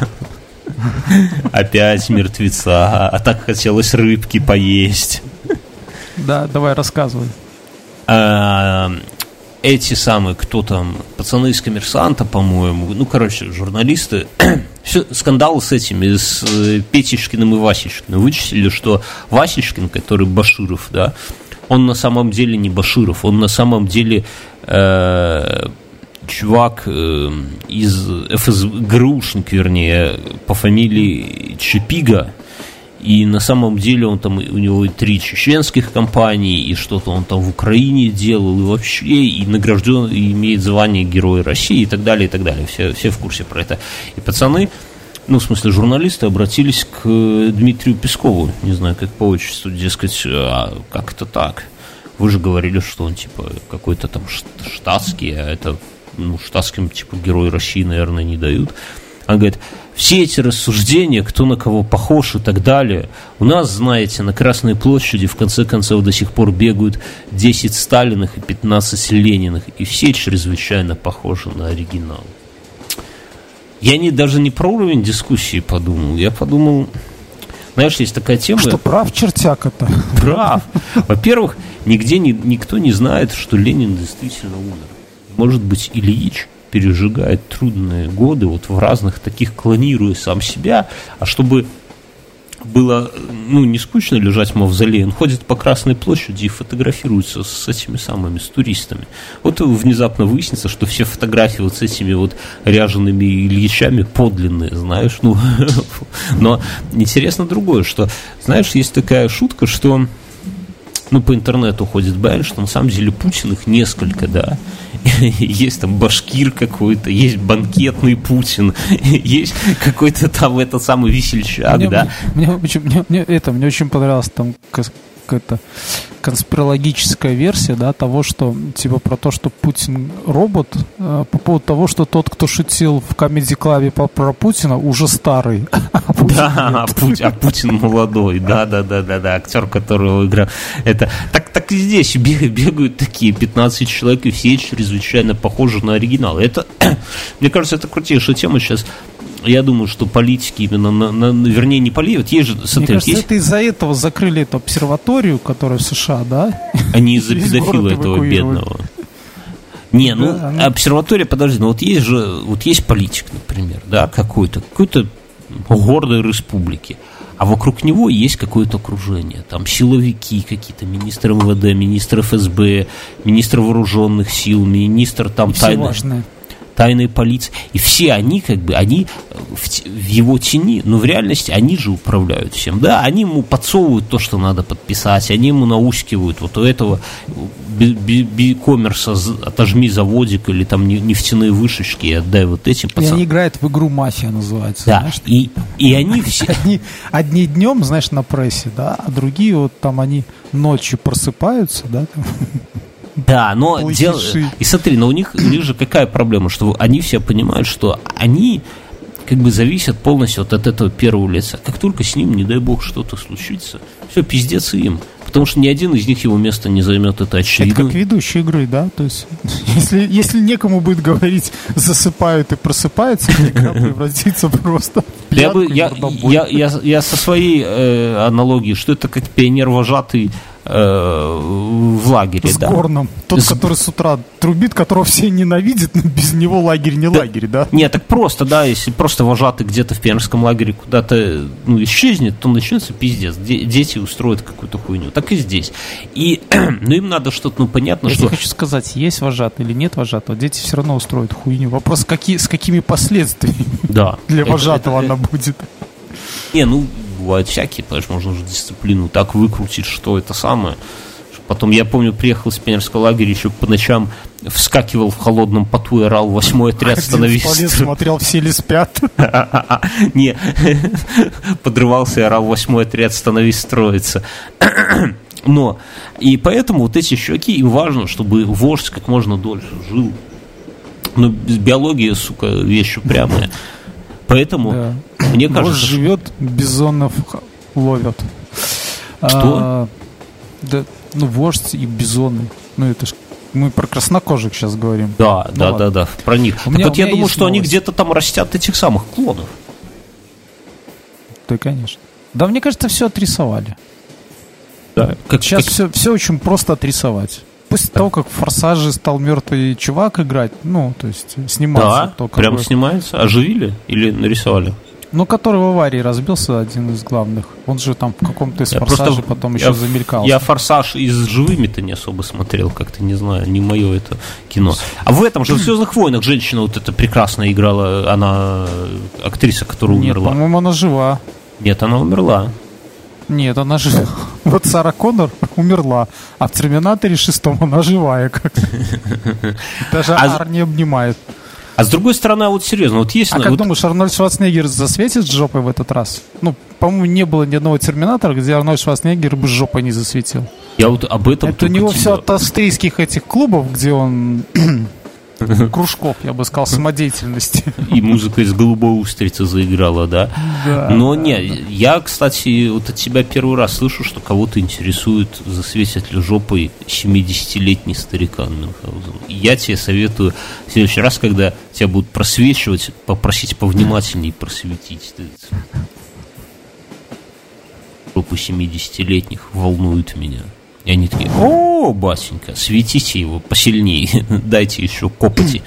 Опять мертвеца. А так хотелось рыбки поесть. Да, давай рассказывай. А, эти самые, кто там, пацаны из «Коммерсанта», по-моему, ну, короче, журналисты, все, скандалы с этими, с Петечкиным и Васечкиным, вычислили, что Васечкин, который Баширов, да, он на самом деле не Баширов, он на самом деле э, чувак э, из эф эс бэ, ГРУшник, вернее, по фамилии Чапига. И на самом деле он там, у него и три чеченских компании, и что-то он там в Украине делал, и вообще, и награжден, и имеет звание Героя России, и так далее, и так далее. Все, все в курсе про это. И пацаны, ну, в смысле, журналисты обратились к Дмитрию Пескову, не знаю, как по отчеству, дескать, а как это так? Вы же говорили, что он, типа, какой-то там штатский, а это, ну, штатским, типа, Герой России, наверное, не дают. Он говорит: все эти рассуждения, кто на кого похож и так далее, у нас, знаете, на Красной площади в конце концов до сих пор бегают десять Сталиных и пятнадцать Лениных, и все чрезвычайно похожи на оригинал. Я не, даже не про уровень дискуссии подумал, я подумал, знаешь, есть такая тема... Что прав чертяка-то? Прав. Во-первых, нигде не, никто не знает, что Ленин действительно умер. Может быть, Ильич пережигает трудные годы вот в разных таких, клонируя сам себя, а чтобы было, ну, не скучно лежать в мавзолее, он ходит по Красной площади и фотографируется с этими самыми, с туристами. Вот внезапно выяснится, что все фотографии вот с этими вот ряжеными Ильичами подлинные, знаешь, ну, но интересно другое, что, знаешь, есть такая шутка, что, ну, по интернету ходит байон, что на самом деле Путин их несколько, да. Есть там башкир какой-то, есть банкетный Путин, есть какой-то там этот самый весельчак, мне, да. Мне, мне, мне, мне, это, мне очень понравилось там какая-то конспирологическая версия, да, того, что, типа, про то, что Путин робот, э, по поводу того, что тот, кто шутил в Comedy Club по, про Путина, уже старый. А Путин да, а Путин, а Путин молодой, да-да-да-да, актер, которого играл. Это, так, так и здесь бегают, бегают такие пятнадцать человек, и все чрезвычайно похожи на оригинал. Это, мне кажется, это крутейшая тема сейчас. Я думаю, что политики именно, на, на, вернее, не политики, есть же... Смотри, мне кажется, есть... это из-за этого закрыли эту обсерваторию, которая в США, да? Они из-за педофила этого бедного. Не, ну, да, они... обсерватория, подожди, ну вот есть же, вот есть политик, например, да, какой-то, какой-то гордой республики, а вокруг него есть какое-то окружение, там силовики какие-то, министр эм вэ дэ, министр эф эс бэ, министр вооруженных сил, министр там тайны... тайной полиции, и все они, как бы, они в, в его тени, но в реальности они же управляют всем, да, они ему подсовывают то, что надо подписать, они ему наускивают вот у этого би-коммерса отожми заводик или там нефтяные вышечки и отдай вот этим пацанам. И они играют в игру «Мафия» называется. Да, знаешь, и, и они все... Одни, одни днем, знаешь, на прессе, да, а другие вот там они ночью просыпаются, да, там... Да, но дел... и смотри, но у них, у них же какая проблема, что они все понимают, что они как бы зависят полностью вот от этого первого лица. Как только с ним, не дай бог, что-то случится, все, пиздец им. потому что ни один из них его место не займет, это очевидно. Это как ведущий игры, да? То есть, если, если некому будет говорить, засыпают и просыпаются, игра превратится просто в я, бы, я, я, я, я со своей э, аналогией, что это как пионер-вожатый в лагере, с да. горном. Тот, с... который с утра трубит, которого все ненавидят, но без него лагерь не да. лагерь, да? Нет, так просто, да, если просто вожатый где-то в пионерском лагере куда-то ну, исчезнет, то начнется пиздец. Де- дети устроят какую-то хуйню. Так и здесь. И, ну, им надо что-то, ну, понятно, я что... Я хочу сказать, есть вожатый или нет вожатого, дети все равно устроят хуйню. Вопрос, какие, с какими последствиями да. для это, вожатого это, она это... будет. Не, ну, бывают всякие, понимаешь, можно же дисциплину так выкрутить, что это самое. Потом, я помню, приехал с пионерского лагеря, еще по ночам вскакивал в холодном поту и орал: восьмой отряд, становись. Смотрел, все ли спят. Не, подрывался и орал: восьмой отряд, становись, строиться. Но, и поэтому вот эти чуваки, им важно, чтобы вождь как можно дольше жил. Но биология, сука, вещь упрямая. Поэтому, да. мне кажется... Вождь живет, бизонов ловят. Что? А, да, ну, вождь и бизоны. Ну, это ж мы про краснокожих сейчас говорим. Да, ну, да, ладно. да, да, про них. У так меня, вот я думаю, что новость. они где-то там растят этих самых клонов. Да, конечно. Да, мне кажется, все отрисовали. Да. Как, сейчас как... Все, все очень просто отрисовать. После да. того, как в «Форсаже» стал мертвый чувак играть, ну, то есть снимался. Да, то, прям бы... снимается. Оживили или нарисовали? Ну, который в аварии разбился, один из главных. Он же там в каком-то из «Форсажей» потом я, еще замелькался. Я «Форсаж» и с живыми-то не особо смотрел, как-то не знаю, не мое это кино. А в этом же, в «Звездных войнах» женщина вот эта прекрасно играла, она актриса, которая Нет, умерла. по-моему, она жива. Нет, она умерла. Нет, она жива. Вот Сара Коннор умерла, а в «Терминаторе» шестом она живая. Как даже а... Ар не обнимает. А с другой стороны, вот серьезно, вот есть... А вот... как думаешь, Арнольд Шварценеггер засветит с жопой в этот раз? Ну, по-моему, не было ни одного «Терминатора», где Арнольд Шварценеггер бы с жопой не засветил. Я вот об этом... Это у него тебя... все от австрийских этих клубов, где он... кружков, я бы сказал, самодеятельности. И музыка из «Голубой устрицы» заиграла, да? Да. Но не, я, кстати, вот от тебя первый раз слышу, что кого-то интересует, засветит ли жопой семидесятилетний старикан Мюнхгаузен. Я тебе советую в следующий раз, когда тебя будут просвечивать, попросить повнимательнее просветить. Жопы семидесятилетних волнуют меня. И они такие: о, батенька, светите его посильнее, дайте еще копоти.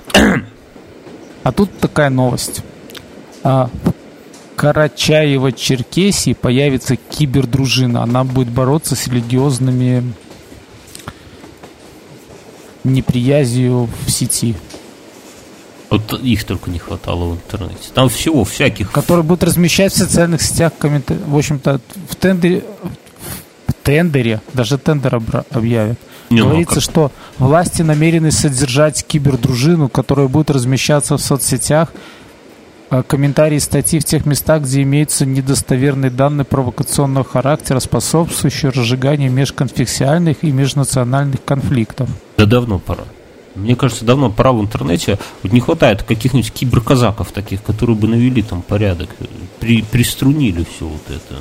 А тут такая новость. А, в Карачаево-Черкесии появится кибердружина. Она будет бороться с религиозными неприязнью в сети. Вот их только не хватало в интернете. Там всего всяких. Которые будут размещать в социальных сетях комментарии. В общем-то, в тендере... тендере, даже тендер объявят. Не, говорится, ну, что власти намерены содержать кибердружину, которая будет размещаться в соцсетях, комментарии статьи в тех местах, где имеются недостоверные данные провокационного характера, способствующие разжиганию межконфессиональных и межнациональных конфликтов. Да давно пора. Мне кажется, давно пора в интернете. Вот не хватает каких-нибудь киберказаков таких, которые бы навели там порядок, при, приструнили все вот это.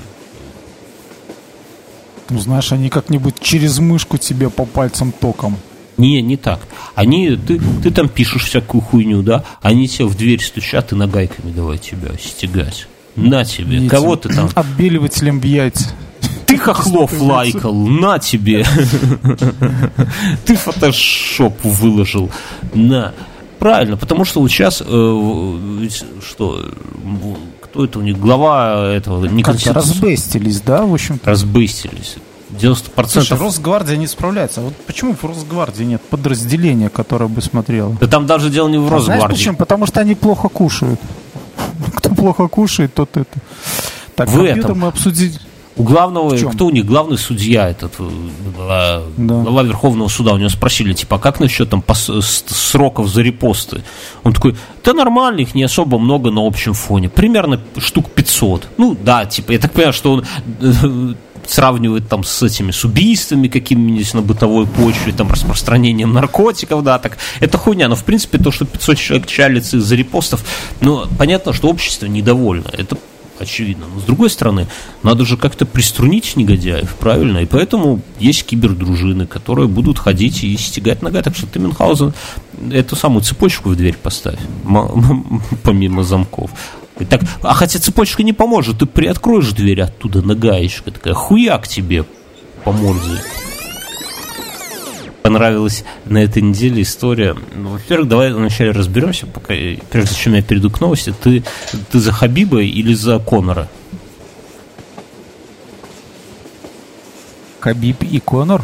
Ну, знаешь, они как-нибудь через мышку тебе по пальцам током. Не, не так. Они, ты, ты там пишешь всякую хуйню, да? Они тебе в дверь стучат и нагайками давай тебя стягать. На тебе. Этим кого ты там? Отбеливателем в яйца. Ты хохлов лайкал, на тебе. Ты фотошоп выложил. На. Правильно, потому что вот сейчас э, что, кто это у них, глава этого не как-то разбестились, да, в общем-то. Разбестились. девяносто процентов. Слушай, Росгвардия не справляется. А вот почему в Росгвардии нет подразделения, которое бы смотрело? Да там даже дело не в Росгвардии. А знаешь почему? Потому что они плохо кушают. Кто плохо кушает, тот это. Так, в этом мы обсудили. У главного, кто у них главный судья, этот глава, да. глава Верховного суда, у него спросили, типа, а как насчет там пос- сроков за репосты? Он такой: да нормально, их не особо много на общем фоне, примерно штук пятьсот. Ну да, типа, я так понимаю, что он э, сравнивает там с этими, с убийствами какими-нибудь на бытовой почве, там, распространением наркотиков, да, так, это хуйня, но в принципе то, что пятьсот человек чалится из-за репостов, ну, понятно, что общество недовольно, это очевидно. Но с другой стороны, надо же как-то приструнить негодяев, правильно? И поэтому есть кибердружины, которые будут ходить и стягать нога. Так что ты, Мюнхгаузен, эту самую цепочку в дверь поставь, помимо замков. Так, а хотя цепочка не поможет, ты приоткроешь дверь оттуда, нагаечка такая, хуяк тебе по морде. Понравилась на этой неделе история. Ну, во-первых, давай вначале разберемся, пока, прежде чем я перейду к новости. Ты, ты за Хабиба или за Конора? Хабиб и Конор?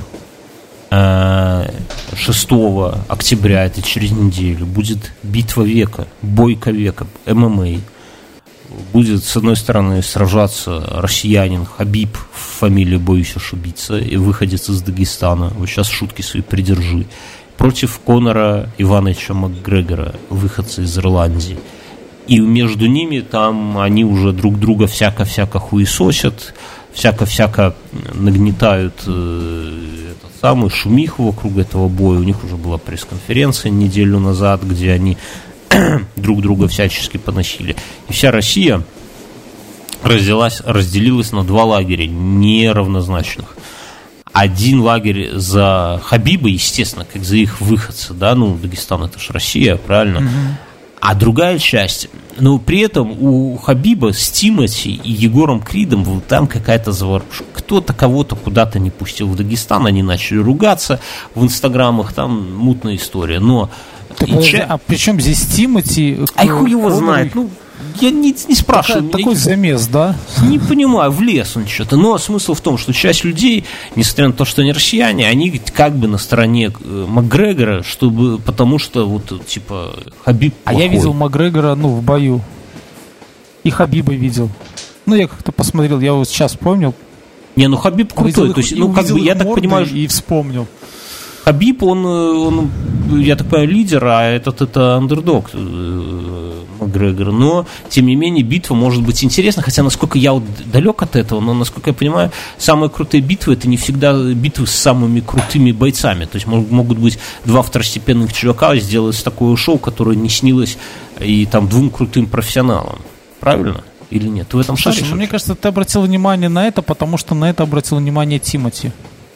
шестого октября, это через неделю, будет битва века, бойка века, эм эм а. Будет, с одной стороны, сражаться россиянин Хабиб, фамилия боюсь ошибиться, и выходец из Дагестана, вот сейчас шутки свои придержи, против Конора Ивановича Макгрегора, выходца из Ирландии. И между ними там они уже друг друга всяко-всяко хуесосят, всяко-всяко нагнетают э, этот самый шумиху вокруг этого боя. У них уже была пресс-конференция неделю назад, где они друг друга всячески поносили. И вся Россия разделилась, разделилась на два лагеря неравнозначных. Один лагерь за Хабиба, естественно, как за их выходца, да, ну, Дагестан это ж Россия, правильно? Mm-hmm. А другая часть, но при этом у Хабиба с Тимати и Егором Кридом вот там какая-то заварушка. Кто-то кого-то куда-то не пустил в Дагестан, они начали ругаться в инстаграмах, там мутная история, но... Так, ча... А при чем здесь Тимати? Ай, хуй его знает, ну... Я не, не спрашиваю. Такой, такой замес, да? Не понимаю, влез он что-то. Но смысл в том, что часть людей, несмотря на то, что они россияне, они как бы на стороне Макгрегора, чтобы, потому что вот типа Хабиб плохой. А я видел Макгрегора, ну, в бою. И Хабиба видел. Ну, я как-то посмотрел, я вот сейчас вспомнил. Не, ну Хабиб крутой. То есть, ну, как бы, я так понимаю... И вспомнил. Хабиб, он, он, я так понимаю, лидер, а этот это андердог Макгрегор. Но, тем не менее, битва может быть интересна, хотя, насколько я вот далек от этого, но, насколько я понимаю, самые крутые битвы, это не всегда битвы с самыми крутыми бойцами. То есть могут быть два второстепенных чувака, сделать такое шоу, которое не снилось и там двум крутым профессионалам. Правильно? Или нет? Ты в этом шаришь? Слушай, ну, мне кажется, ты обратил внимание на это, потому что на это обратил внимание Тимати.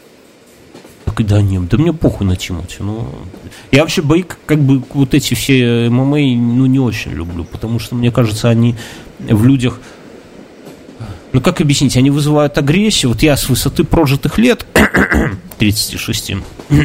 Да нет, да мне похуй на Тимати. Ну, я вообще бои, как бы вот эти все эм эм а, ну, не очень люблю, потому что, мне кажется, они в людях, ну, как объяснить, они вызывают агрессию. Вот я с высоты прожитых лет, тридцати шести,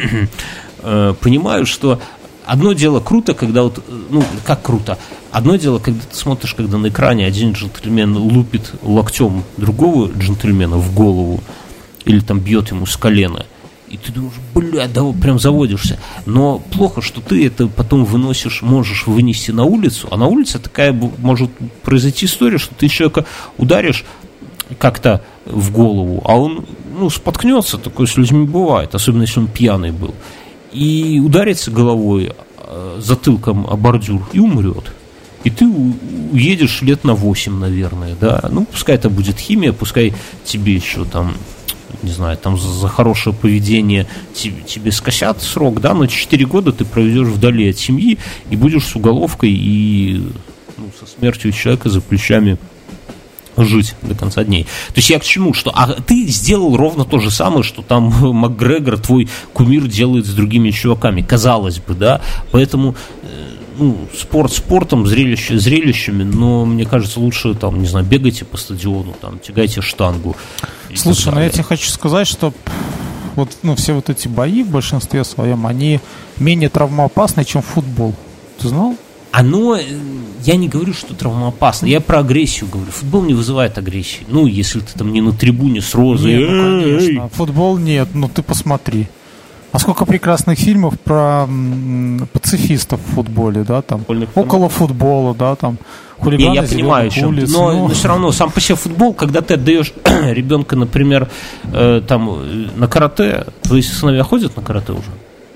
понимаю, что одно дело круто, когда вот, ну, как круто, одно дело, когда ты смотришь, когда на экране один джентльмен лупит локтем другого джентльмена в голову, или там бьет ему с колена, и ты думаешь, блядь, да, прям заводишься. Но плохо, что ты это потом выносишь, можешь вынести на улицу, а на улице такая может произойти история, что ты человека ударишь как-то в голову, а он, ну, споткнется, такое с людьми бывает, особенно если он пьяный был, и ударится головой, затылком о бордюр и умрет. И ты уедешь лет на восемь, наверное, да. Ну, пускай это будет химия, пускай тебе еще там, не знаю, там за, за хорошее поведение тебе, тебе скосят срок, да, но четыре года ты проведешь вдали от семьи и будешь с уголовкой и, ну, со смертью человека за плечами жить до конца дней. То есть я к чему? Что, а ты сделал ровно то же самое, что там Макгрегор, твой кумир, делает с другими чуваками, казалось бы, да, поэтому... Ну, спорт спортом, зрелище зрелищами, но мне кажется, лучше там, не знаю, бегайте по стадиону, там, тягайте штангу. Слушай, ну я тебе хочу сказать, что вот, ну, все вот эти бои в большинстве своем, они менее травмоопасны, чем футбол. Ты знал? Оно, я не говорю, что травмоопасно, я про агрессию говорю. Футбол не вызывает агрессии. Ну, если ты там не на трибуне с розой. Нет, ну, конечно. Футбол нет, ну ты посмотри. А сколько прекрасных фильмов про м, пацифистов в футболе, да, там, Футбольных около фильмов. Футбола, да, там, хулиганы, я понимаю, улиц, но, но... но все равно сам по себе футбол, когда ты отдаешь ребенка, например, э, там, на карате, твои сыновья ходят на карате уже?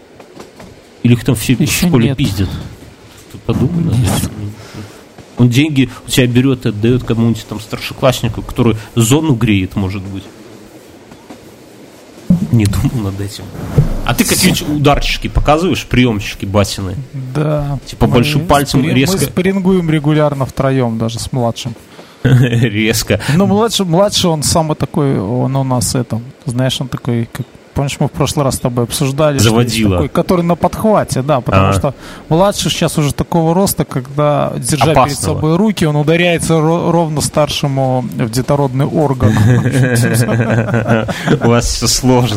Или их там все в школе нет. Пиздят? Ты подумай, да? Он деньги у тебя берет и отдает кому-нибудь там старшекласснику, который зону греет, может быть. Не думал над этим. А ты какие-нибудь ударчики показываешь, приемчики батины? Да. Типа большим пальцем спарин... резко. Мы спаррингуем регулярно втроем, даже с младшим. резко. Ну, младший, младший, он самый такой, он у нас это, знаешь, он такой, как, помнишь, мы в прошлый раз с тобой обсуждали, заводила, такой, который на подхвате, да, потому А-а. что младший сейчас уже такого роста, когда, держа Опасного. перед собой руки, он ударяется ро- ровно старшему в детородный орган. У вас все сложно.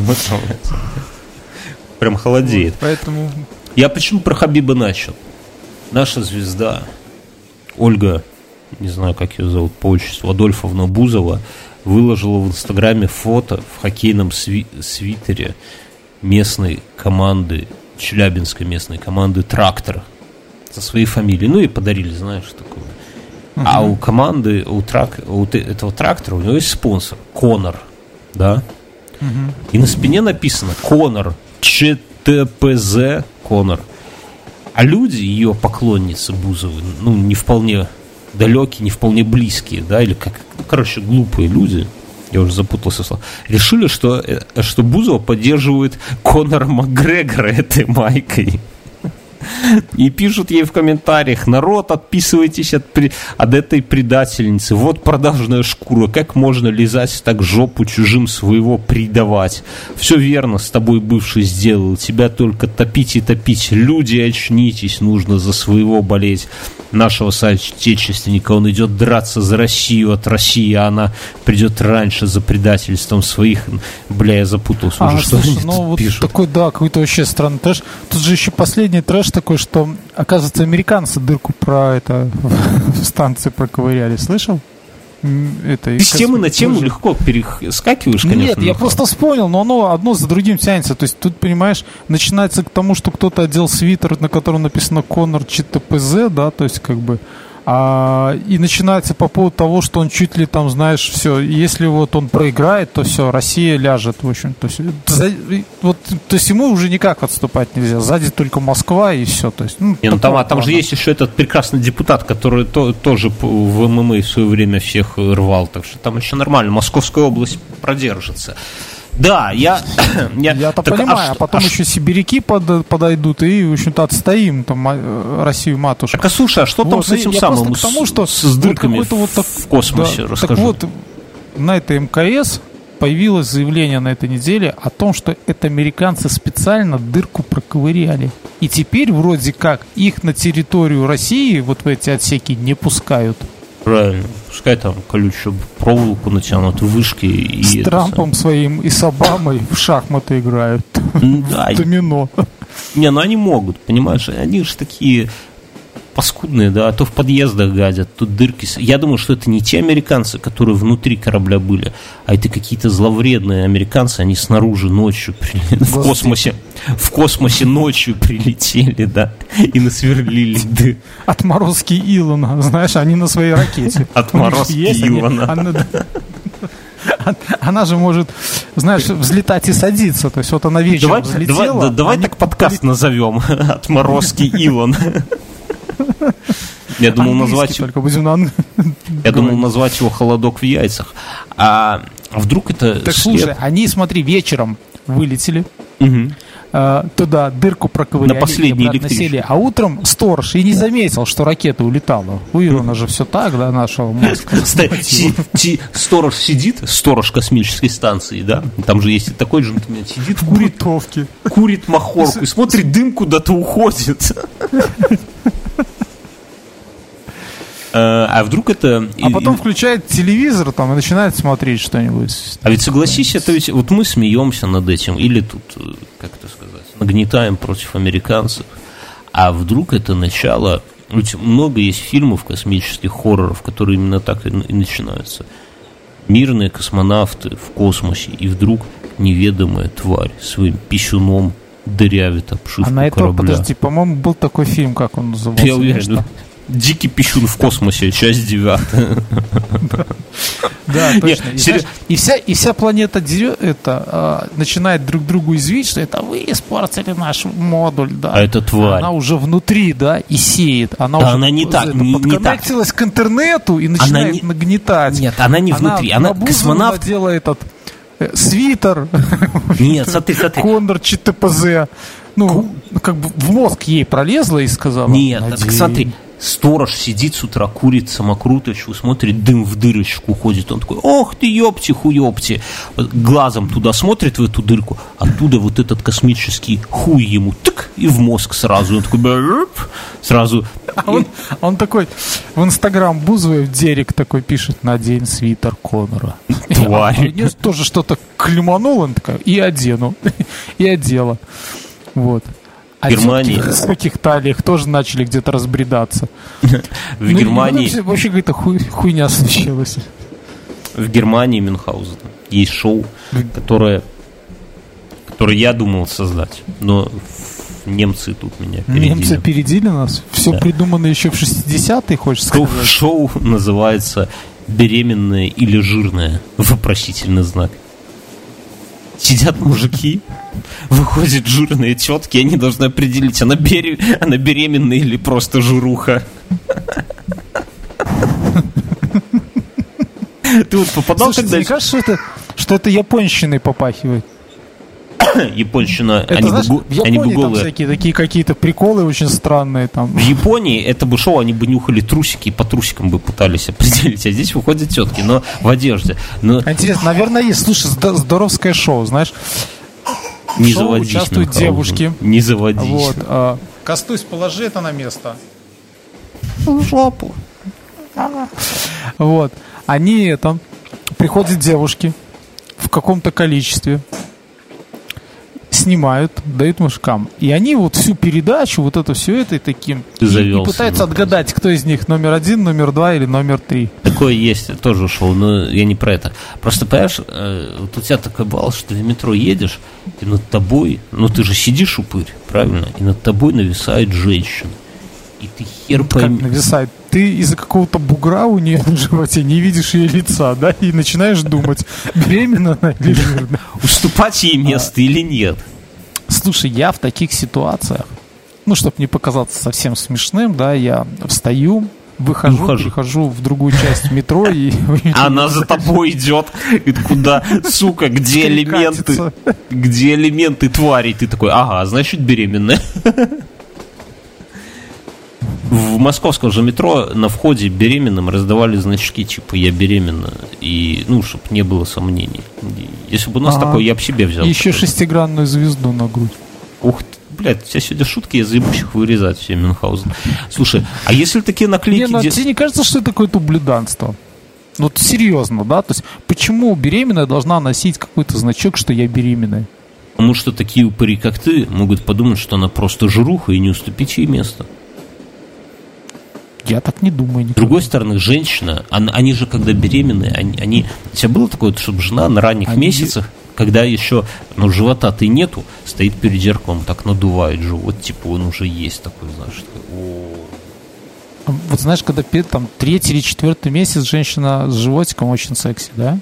Прям холодеет. Поэтому... Я почему про Хабиба начал? Наша звезда Ольга, не знаю, как ее зовут по отчеству, Адольфовна Бузова, выложила в Инстаграме фото в хоккейном сви- свитере местной команды, челябинской местной команды «Трактор» со своей фамилией. Ну и подарили, знаешь, такое. Uh-huh. А у команды, у, трак, у этого «Трактора» у него есть спонсор Конор, да? Uh-huh. И на спине написано Конор, ЧТПЗ Конор. А люди, ее поклонницы Бузовой, ну, не вполне далекие, не вполне близкие, да, или как, короче, глупые люди, я уже запутался в словах, решили, что, что Бузова поддерживает Конора Макгрегора этой майкой. И пишут ей в комментариях: народ, отписывайтесь от, при... от этой предательницы. Вот продажная шкура. Как можно лизать так жопу чужим, своего предавать? Все верно с тобой бывший сделал. Тебя только топить и топить. Люди, очнитесь, нужно за своего болеть. Нашего соотечественника, он идет драться за Россию от России, а она придет раньше за предательством своих. Бля, я запутался а, уже, что слушай, они ну, тут вот пишут. Такой, да, какой-то вообще странный трэш. Тут же еще последний трэш такой, что, оказывается, американцы дырку про это в станции проковыряли. Слышал? Это, Ты с темы на тему уже... легко перескакиваешь, конечно. Нет, я просто вспомнил, но оно одно за другим тянется. То есть тут, понимаешь, начинается к тому, что кто-то одел свитер, на котором написано Конор ЧТПЗ, да, то есть как бы... А, и начинается по поводу того, что он чуть ли там, знаешь, все, если вот он проиграет, то все, Россия ляжет, в общем. То есть, за, вот, то есть ему уже никак отступать нельзя. Сзади только Москва и все. То есть, ну, Не, ну, там, а там же есть еще этот прекрасный депутат, который то, тоже в ММА в свое время всех рвал. Так что там еще нормально. Московская область продержится. Да, я... я Я-то так, понимаю, а, а потом а еще сибиряки под, подойдут и, в общем-то, отстоим там Россию матушку. Так, а слушай, а что вот, там с этим самым, к тому, что с, с дырками вот вот так, в космосе, да, расскажи. Так вот, на этой МКС появилось заявление на этой неделе о том, что это американцы специально дырку проковыряли. И теперь, вроде как, их на территорию России вот в эти отсеки не пускают. Правильно. Пускай там колючую проволоку натянут, вышки. И с Трампом сам... своим и с Обамой в шахматы играют. Да. Домино. Не, ну они могут, понимаешь? Они же такие паскудные, да, а то в подъездах гадят, тут дырки. Я думаю, что это не те американцы, которые внутри корабля были, а это какие-то зловредные американцы, они снаружи ночью прилетели, в космосе, в космосе ночью прилетели, да, и насверлили дыр. Отморозки Илона, знаешь, они на своей ракете. Отморозки Илона. Она же может, знаешь, взлетать и садиться. То есть вот она вечером давай, взлетела. Давай, давай так подкаст назовем. Отморозки Илон. Я думал назвать только будем на... Я думал назвать его «Холодок в яйцах». А вдруг это так след... слушай, они, смотри, вечером вылетели, угу. а, туда дырку проковыряли, на последней электричке, а утром сторож и не заметил, что ракета улетала. У Илона же все так, да, нашего мозга. Сторож сидит, сторож космической станции, да, там же есть такой же, сидит в куритовке, курит махорку и смотрит, дым куда-то уходит. А вдруг это... А потом включает телевизор там и начинает смотреть что-нибудь. А ведь согласись, это ведь... Вот мы смеемся над этим, или тут, как это сказать, нагнетаем против американцев. А вдруг это начало... Ведь много есть фильмов космических хорроров, которые именно так и начинаются. Мирные космонавты в космосе, и вдруг неведомая тварь своим писюном дырявит обшивку корабля. А на это, корабля. Подожди, по-моему, был такой фильм, как он назывался? Я уверен, «Дикий писюн в космосе», часть девятая. Да, точно. И вся и вся планета это начинает друг другу извить, что это вы испортили наш модуль, да. А это тварь. Она уже внутри, да, и сеет. Она уже она не так, подконнектилась к интернету и начинает нагнетать. Нет, она не внутри. Она космонавт делает этот свитер. Нет, смотри, смотри. Конор ЧТПЗ. Ну, как бы в мозг ей пролезла и сказала. Нет, так смотри, Сторож сидит с утра, курит самокруточку, смотрит, дым в дырочку ходит. Он такой: ох ты, ёпти, хуёпти. Глазом туда смотрит, в эту дырку, оттуда вот этот космический хуй ему тык, и в мозг сразу. Он такой: бэп, сразу. А он, он такой в Инстаграм Бузовый в директ такой пишет: надень свитер Конора. Тварь. Я тоже что-то клеманул, он такой: и одену. И одела. Вот. А в Германии в таких талиях тоже начали где-то разбредаться. В Германии вообще какая-то хуйня случилась. В Германии Мюнхгаузен есть шоу, которое, которое я думал создать, но немцы тут меня опередили. Немцы опередили нас? Все да. Придумано еще в шестидесятые, хочешь сказать? Шоу называется «Беременная или жирная?» Вопросительный знак. Сидят мужики, выходят жирные тетки, они должны определить, она, берем... она беременная или просто жируха. Ты вот попадал когда-то? Мне кажется, что это, что это японщиной попахивает. Японщина, это, они, знаешь, бы, в Японии они бы голые. Там всякие такие какие-то приколы очень странные там. В Японии это бы шоу, они бы нюхали трусики и по трусикам бы пытались определить, а здесь выходят тетки, но в одежде. Но... Интересно, наверное, есть. Слушай, здоровское шоу, знаешь. Не шоу заводись, участвуют Мюнхгаузен. девушки. Не заводись. Вот, а... Костусь, положи это на место. В жопу. Вот. Они там приходят девушки в каком-то количестве, снимают, дают мужикам. И они вот всю передачу, вот это все это и таким. Ты и, завелся, и пытаются ну, отгадать, кто из них номер один, номер два или номер три. Такое есть, тоже шоу, но я не про это. Просто, понимаешь, э, вот у тебя такой балл, что ты в метро едешь, и над тобой, ну ты же сидишь, упырь, правильно? И над тобой нависает женщина. И ты хер пойми... Как нависает? Ты из-за какого-то бугра у нее на животе не видишь ее лица, да? И начинаешь думать, беременна она или жирная. Уступать ей место а... или нет? Слушай, я в таких ситуациях, ну, чтобы не показаться совсем смешным, да, я встаю, выхожу, Ухожу. прихожу в другую часть метро и... Она за тобой идет. И куда, сука, где элементы? Где элементы твари? Ты такой: ага, значит, беременная. В московском же метро на входе беременным раздавали значки типа «я беременна», и, ну, чтобы не было сомнений. Если бы у нас ага. такое, я бы себе взял. И еще шестигранную звезду на грудь. Ух ты, блядь, у тебя сегодня шутки, я заебусь их вырезать все, Мюнхгаузен. Слушай, а если такие наклейки... Не, ну, де... тебе не кажется, что это какое-то ублюданство? Ну, серьезно, да? То есть, почему беременная должна носить какой-то значок, что я беременная? Потому что такие упыри, как ты, могут подумать, что она просто жируха, и не уступить ей место. Я так не думаю. Никогда. С другой стороны, женщина, они, они же когда беременные, они, они... У тебя было такое, чтобы жена на ранних они... месяцах, когда еще, ну, живота-то и нету, стоит перед зеркалом, так надувает живот, типа он уже есть такой, знаешь, такой, о. Вот знаешь, когда там третий или четвертый месяц женщина с животиком очень секси, да?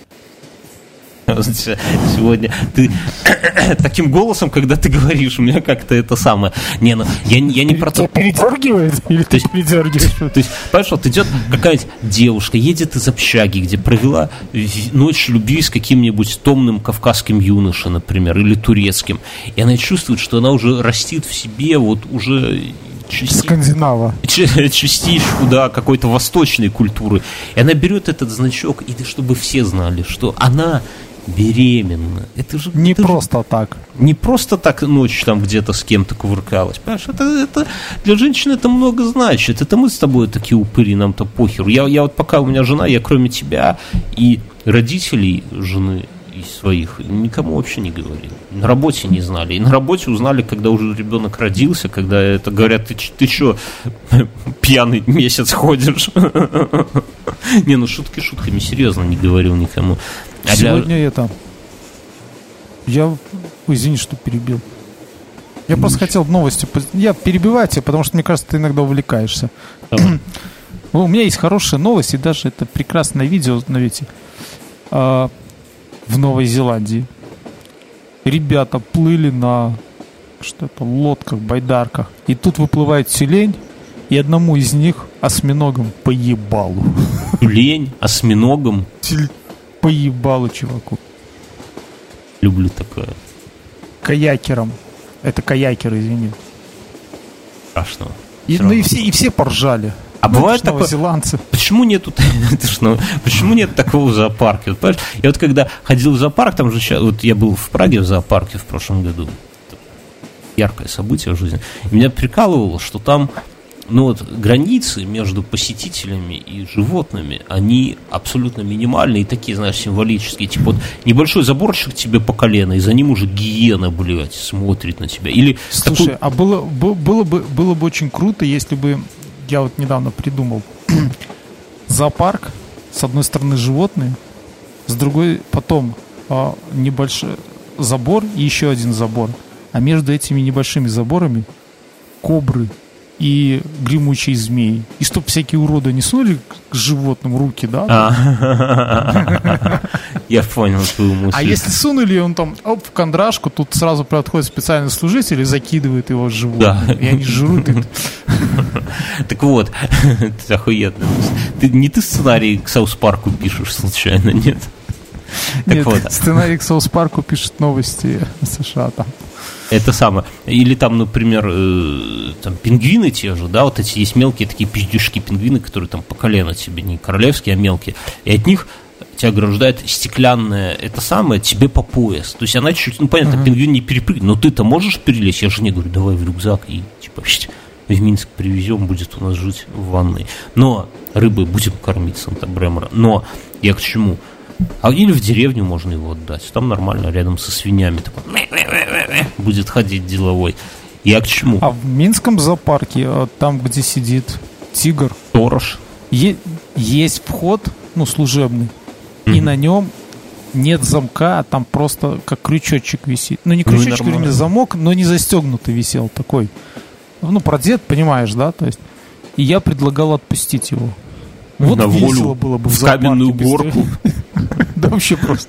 Сегодня ты таким голосом, когда ты говоришь, у меня как-то это самое. Не, ну, я, я не про то. Передергивает? Или ты передергиваешь? То есть, понимаешь, вот идет какая-нибудь девушка, едет из общаги, где провела ночь любви с каким-нибудь томным кавказским юношей, например, или турецким, и она чувствует, что она уже растит в себе вот уже... Части... Скандинава. Частичку, да, какой-то восточной культуры. И она берет этот значок, и чтобы все знали, что она беременна. Это же не это просто же, так. Не просто так ночь там где-то с кем-то кувыркалась. Понимаешь, это, это для женщин это много значит. Это мы с тобой такие упыри, нам-то похеру. Я, я вот пока у меня жена, я кроме тебя и родителей жены из своих никому вообще не говорил. На работе не знали. И на работе узнали, когда уже ребенок родился, когда это говорят, ты, ты что, пьяный месяц ходишь? Не, ну шутки шутками, серьезно не говорил никому. А сегодня для... это... Я... Ой, извини, что перебил. Я просто хотел новости... Я перебиваю тебя, потому что, мне кажется, ты иногда увлекаешься. У меня есть хорошая новость, и даже это прекрасное видео, знаете, в Новой Зеландии. Ребята плыли на что-то лодках, байдарках. И тут выплывает тюлень, и одному из них осьминогом по ебалу. Тюлень осьминогом? По ебалу, чуваку. Люблю такое. Каякером. Это каякеры, извини. Страшно. И, ну и все, и все поржали. А ну, бывает такое, почему нету, почему нет такого в зоопарке? Вот, я вот когда ходил в зоопарк, там же сейчас, вот я был в Праге в зоопарке в прошлом году, яркое событие в жизни, и меня прикалывало, что там, ну вот, границы между посетителями и животными, они абсолютно минимальные и такие, знаешь, символические, типа вот небольшой заборчик тебе по колено, и за ним уже гиена, блядь, смотрит на тебя. Или слушай, такой... а было, было, бы, было бы очень круто, если бы я вот недавно придумал зоопарк, с одной стороны животные, с другой потом а, небольшой забор и еще один забор. А между этими небольшими заборами кобры и гремучие змеи. И чтоб всякие уроды не сунули к животным руки, да? Я понял твою мысль. А если сунули, он там, оп, в кондрашку, тут сразу подходит специальный служитель и закидывает его в животных. И они жрут. Так вот, это охуенно. Не ты сценарий к Саус Парку пишешь случайно, нет? Нет, сценарий к Саус Парку пишет новости США там. Это самое. Или там, например, э, там, пингвины те же, да, вот эти есть мелкие такие пиздюшки пингвины, которые там по колено тебе, не королевские, а мелкие. И от них тебя ограждает стеклянное, это самое, тебе по пояс. То есть она чуть-чуть, ну понятно, uh-huh. пингвин не перепрыгнет, но ты-то можешь перелезть? Я жене говорю, давай в рюкзак и типа в Минск привезем, будет у нас жить в ванной. Но рыбы будем кормить Санта-Бремора. Но я к чему? А или в деревню можно его отдать. Там нормально, рядом со свиньями такой, будет ходить деловой. Я к чему? А в Минском зоопарке, там, где сидит тигр, сторож, е- есть вход, ну, служебный, mm-hmm. и на нем нет замка, а там просто как крючочек висит. Ну, не крючочек, ну, не замок, но не застегнутый висел такой. Ну, продет, понимаешь, да? То есть, и я предлагал отпустить его. Вот на весело волю, было бы в, в каменную горку. Да вообще просто.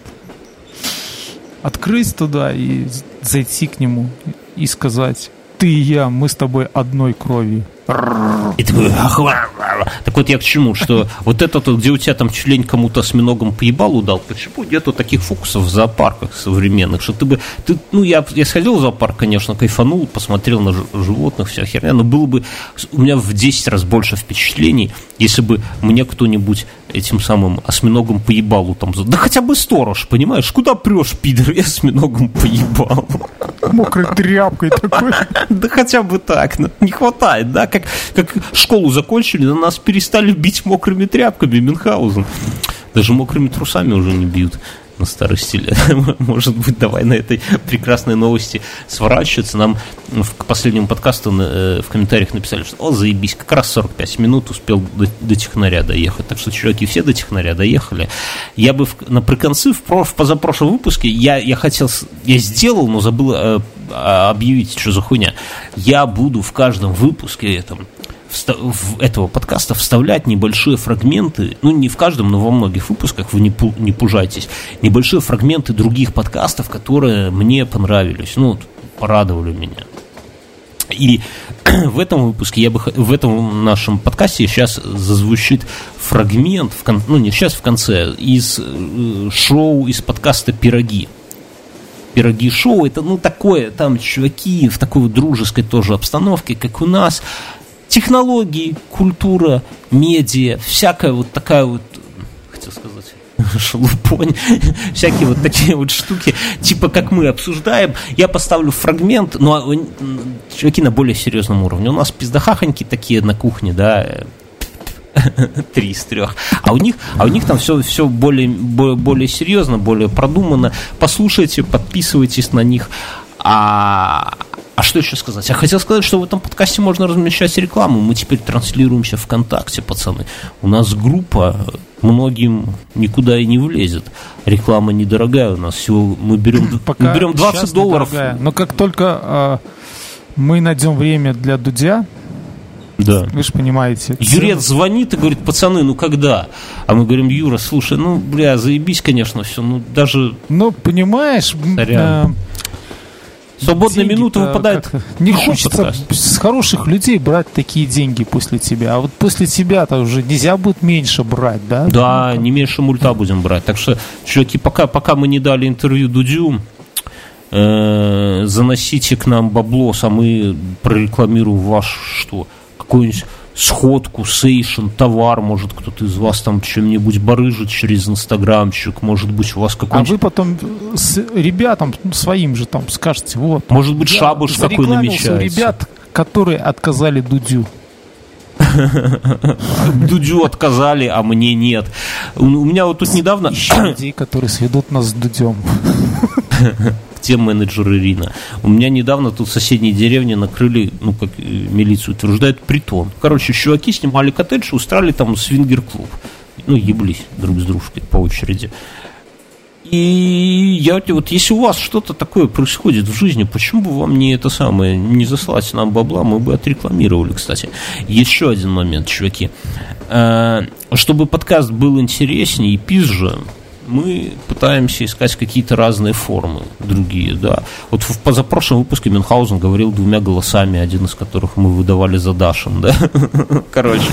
Открыть туда и зайти к нему и сказать: ты и я, мы с тобой одной крови. И такой, так вот я к чему, что вот это то, где у тебя там члень кому-то осьминогом по ебалу дал, почему нету таких фокусов в зоопарках современных, что ты бы, ты, ну я, я сходил в зоопарк, конечно, кайфанул, посмотрел на ж- животных, вся херня, но было бы у меня в десять раз больше впечатлений, если бы мне кто-нибудь этим самым осьминогом по ебалу там, да хотя бы сторож, понимаешь, куда прешь, пидор, я осьминогом по ебалу. Мокрой тряпкой такой. Да хотя бы так, не хватает, да, как, как школу закончили, на нас перестали бить мокрыми тряпками, Мюнхгаузен. Даже мокрыми трусами уже не бьют на старости лет. Может быть, давай на этой прекрасной новости сворачиваться. Нам к последнему подкасту в комментариях написали, что о, заебись, как раз сорок пять минут успел до, до технаря доехать. Так что, чуваки, все до технаря доехали. Я бы в, на приконцы в, в позапрошлом выпуске я, я хотел, я сделал, но забыл э, объявить, что за хуйня. Я буду в каждом выпуске этом в этого подкаста вставлять небольшие фрагменты, ну не в каждом, но во многих выпусках, вы не, пу, не пужайтесь, небольшие фрагменты других подкастов, которые мне понравились, ну, порадовали меня. И в этом выпуске, я бы, в этом нашем подкасте сейчас зазвучит фрагмент, в кон, ну не сейчас, в конце, из э, шоу, из подкаста «Пироги». «Пироги» шоу, это ну такое, там чуваки в такой вот дружеской тоже обстановке, как у нас, технологии, культура, медиа, всякая вот такая вот, хотел сказать, шелупонь, всякие вот такие вот штуки, типа как мы обсуждаем. Я поставлю фрагмент, но чуваки на более серьезном уровне. У нас пиздахахоньки такие на кухне, да, три из трех. А у них, а у них там все, все более, более серьезно, более продуманно. Послушайте, подписывайтесь на них. А, а что еще сказать? Я хотел сказать, что в этом подкасте можно размещать рекламу. Мы теперь транслируемся ВКонтакте, пацаны. У нас группа, многим никуда и не влезет. Реклама недорогая у нас. Всего мы берем, мы берем двадцать долларов. Недорогая. Но как только э, мы найдем время для Дудя, да. Вы же понимаете. Юрец звонит и говорит: пацаны, ну когда? А мы говорим: Юра, слушай, ну, бля, заебись, конечно, все, ну, даже... Ну, понимаешь... Э, свободная минута выпадает. Не хочется с хороших людей брать такие деньги после тебя. А вот после тебя-то уже нельзя будет меньше брать, да? Да, ну, не меньше мульта будем брать. Так что, чуваки, пока, пока мы не дали интервью Дудю, э, заносите к нам баблос, а мы прорекламируем ваш, что... какую-нибудь сходку, сейшн, товар, может, кто-то из вас там чем-нибудь барыжит через инстаграмчик, может быть, у вас какой-нибудь... А вы потом с ребятам своим же там скажете, вот... Может быть, шабуш какой намечается. Ребят, которые отказали Дудю. Дудю отказали, а мне нет. У меня вот тут недавно... Еще людей, которые сведут нас с Дудем. Те менеджеры Рина. У меня недавно тут в соседней деревне накрыли, ну, как милиция утверждает, притон. Короче, чуваки снимали коттедж и устраивали там свингер-клуб. Ну, еблись друг с дружкой по очереди. И я вот, если у вас что-то такое происходит в жизни, почему бы вам не это самое, не заслать нам бабла, мы бы отрекламировали, кстати. Еще один момент, чуваки. Чтобы подкаст был интереснее и пизже, мы пытаемся искать какие-то разные формы, другие, да. Вот в позапрошлом выпуске Мюнхгаузен говорил двумя голосами, один из которых мы выдавали за Дашем, да. Короче,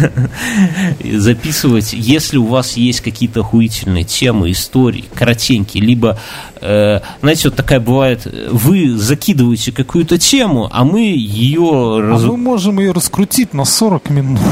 записывать, если у вас есть какие-то охуительные темы, истории, коротенькие, либо, э, знаете, вот такая бывает, вы закидываете какую-то тему, а мы ее... Раз... А мы можем ее раскрутить на сорок минут.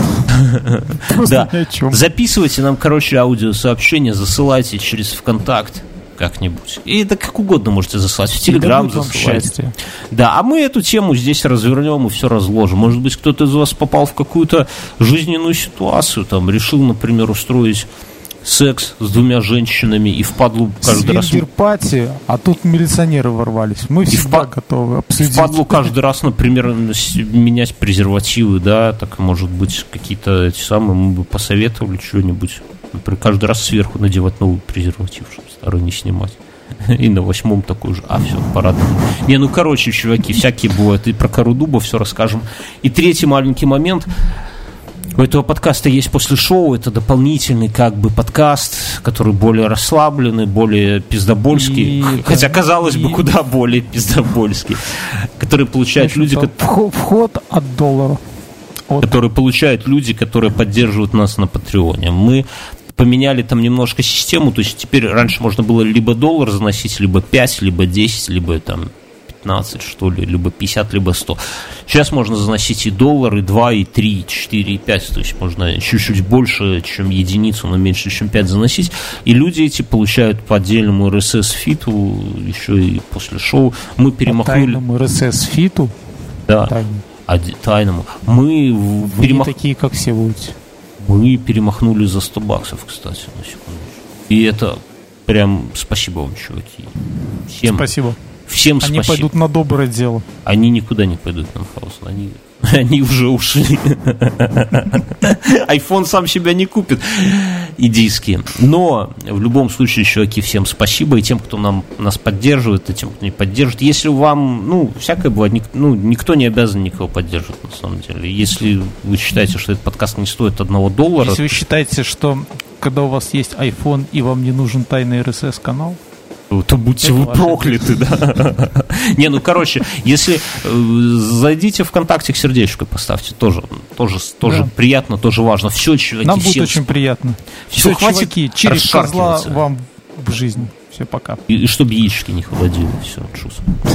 Да, записывайте нам, короче, аудиосообщения, засылайте через ВКонтакт как-нибудь. И это как угодно можете засылать. В Телеграм засылать. Да, а мы эту тему здесь развернем и все разложим. Может быть, кто-то из вас попал в какую-то жизненную ситуацию, там, решил, например, устроить секс с двумя женщинами и впадлу каждый раз... Свингер-пати, а тут милиционеры ворвались. Мы всегда впад... готовы обсудить. Впадлу каждый раз, например, менять презервативы, да, так, может быть, какие-то эти самые, мы бы посоветовали что-нибудь. Например, каждый раз сверху надевать новый презерватив, чтобы старый не снимать. И на восьмом такой же. А, все, пора. Не, ну, короче, чуваки, всякие бывают. И про кору дуба все расскажем. И третий маленький момент. У этого подкаста есть после шоу. Это дополнительный, как бы, подкаст, который более расслабленный, более пиздобольский. И хотя, это... казалось и... бы, куда более пиздобольский. Который получают люди... Вход, вход от доллара. От... Которые получают люди, которые поддерживают нас на Патреоне. Мы поменяли там немножко систему, то есть теперь раньше можно было либо доллар заносить, либо пять, либо десять, либо там пятнадцать, что ли, либо пятьдесят, либо сто. Сейчас можно заносить и доллар, и два, и три, и четыре, и пять, то есть можно чуть-чуть больше, чем единицу, но меньше, чем пять заносить, и люди эти получают по отдельному эр эс эс-фиту, еще и после шоу. Мы перемахнули... По тайному эр эс эс-фиту? Да, тайному. тайному. Мы Вы перемах... не такие, как все будете. Мы перемахнули за сто баксов, кстати, на секунду. И это прям спасибо вам, чуваки. Всем, спасибо. Всем Они спасибо. пойдут на доброе дело. Они никуда не пойдут, Мюнхгаузен. Они, они уже ушли. Айфон сам себя не купит. И диски. Но в любом случае, чуваки, всем спасибо. И тем, кто нам, нас поддерживает, и тем, кто не поддерживает. Если вам, ну, всякое бывает, ник, ну, никто не обязан никого поддерживать, на самом деле. Если вы считаете, что этот подкаст не стоит одного доллара... Если вы считаете, что когда у вас есть iPhone и вам не нужен тайный эр эс эс-канал, то будьте вы прокляты, да. Не, ну, короче, если зайдите ВКонтакте, к сердечку поставьте, тоже, тоже, тоже приятно, тоже важно. Все, чуваки. Нам будет очень приятно. Все, чуваки, через козла вам в жизни. Все, пока. И чтобы яички не холодили. Все, чус.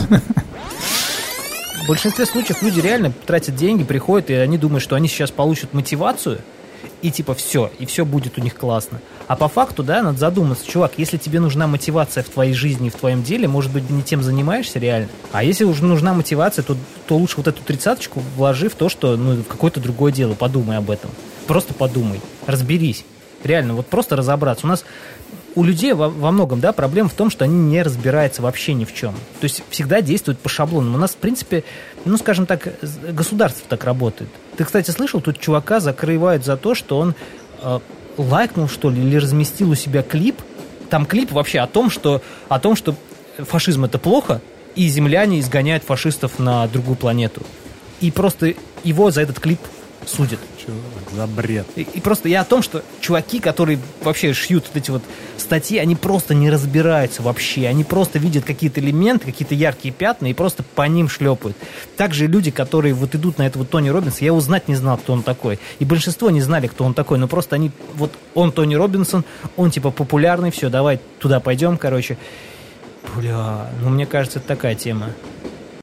В большинстве случаев люди реально тратят деньги, приходят, и они думают, что они сейчас получат мотивацию, и типа все, и все будет у них классно. А по факту, да, надо задуматься, чувак, если тебе нужна мотивация в твоей жизни, в твоем деле, может быть, не тем занимаешься реально. А если уже нужна мотивация, то, то лучше вот эту тридцаточку вложи в то, что, ну, в какое-то другое дело, подумай об этом. Просто подумай, разберись. Реально, вот просто разобраться. У нас у людей во, во многом, да, проблема в том, что они не разбираются вообще ни в чем. То есть всегда действуют по шаблонам. У нас, в принципе, ну, скажем так, государство так работает. Ты, кстати, слышал, тут чувака закрывают за то, что он э, лайкнул, что ли, или разместил у себя клип. Там клип вообще о том, что, о том, что фашизм — это плохо, и земляне изгоняют фашистов на другую планету. И просто его за этот клип судят. Чего за бред? И, и просто я о том, что чуваки, которые вообще шьют вот эти вот статьи, они просто не разбираются вообще. Они просто видят какие-то элементы, какие-то яркие пятна и просто по ним шлепают. Также люди, которые вот идут на этого Тони Роббинса, я его знать не знал, кто он такой. И большинство не знали, кто он такой. Но просто они, вот он Тони Роббинсон, он типа популярный, все, давай туда пойдем, короче. Бля, ну мне кажется, это такая тема.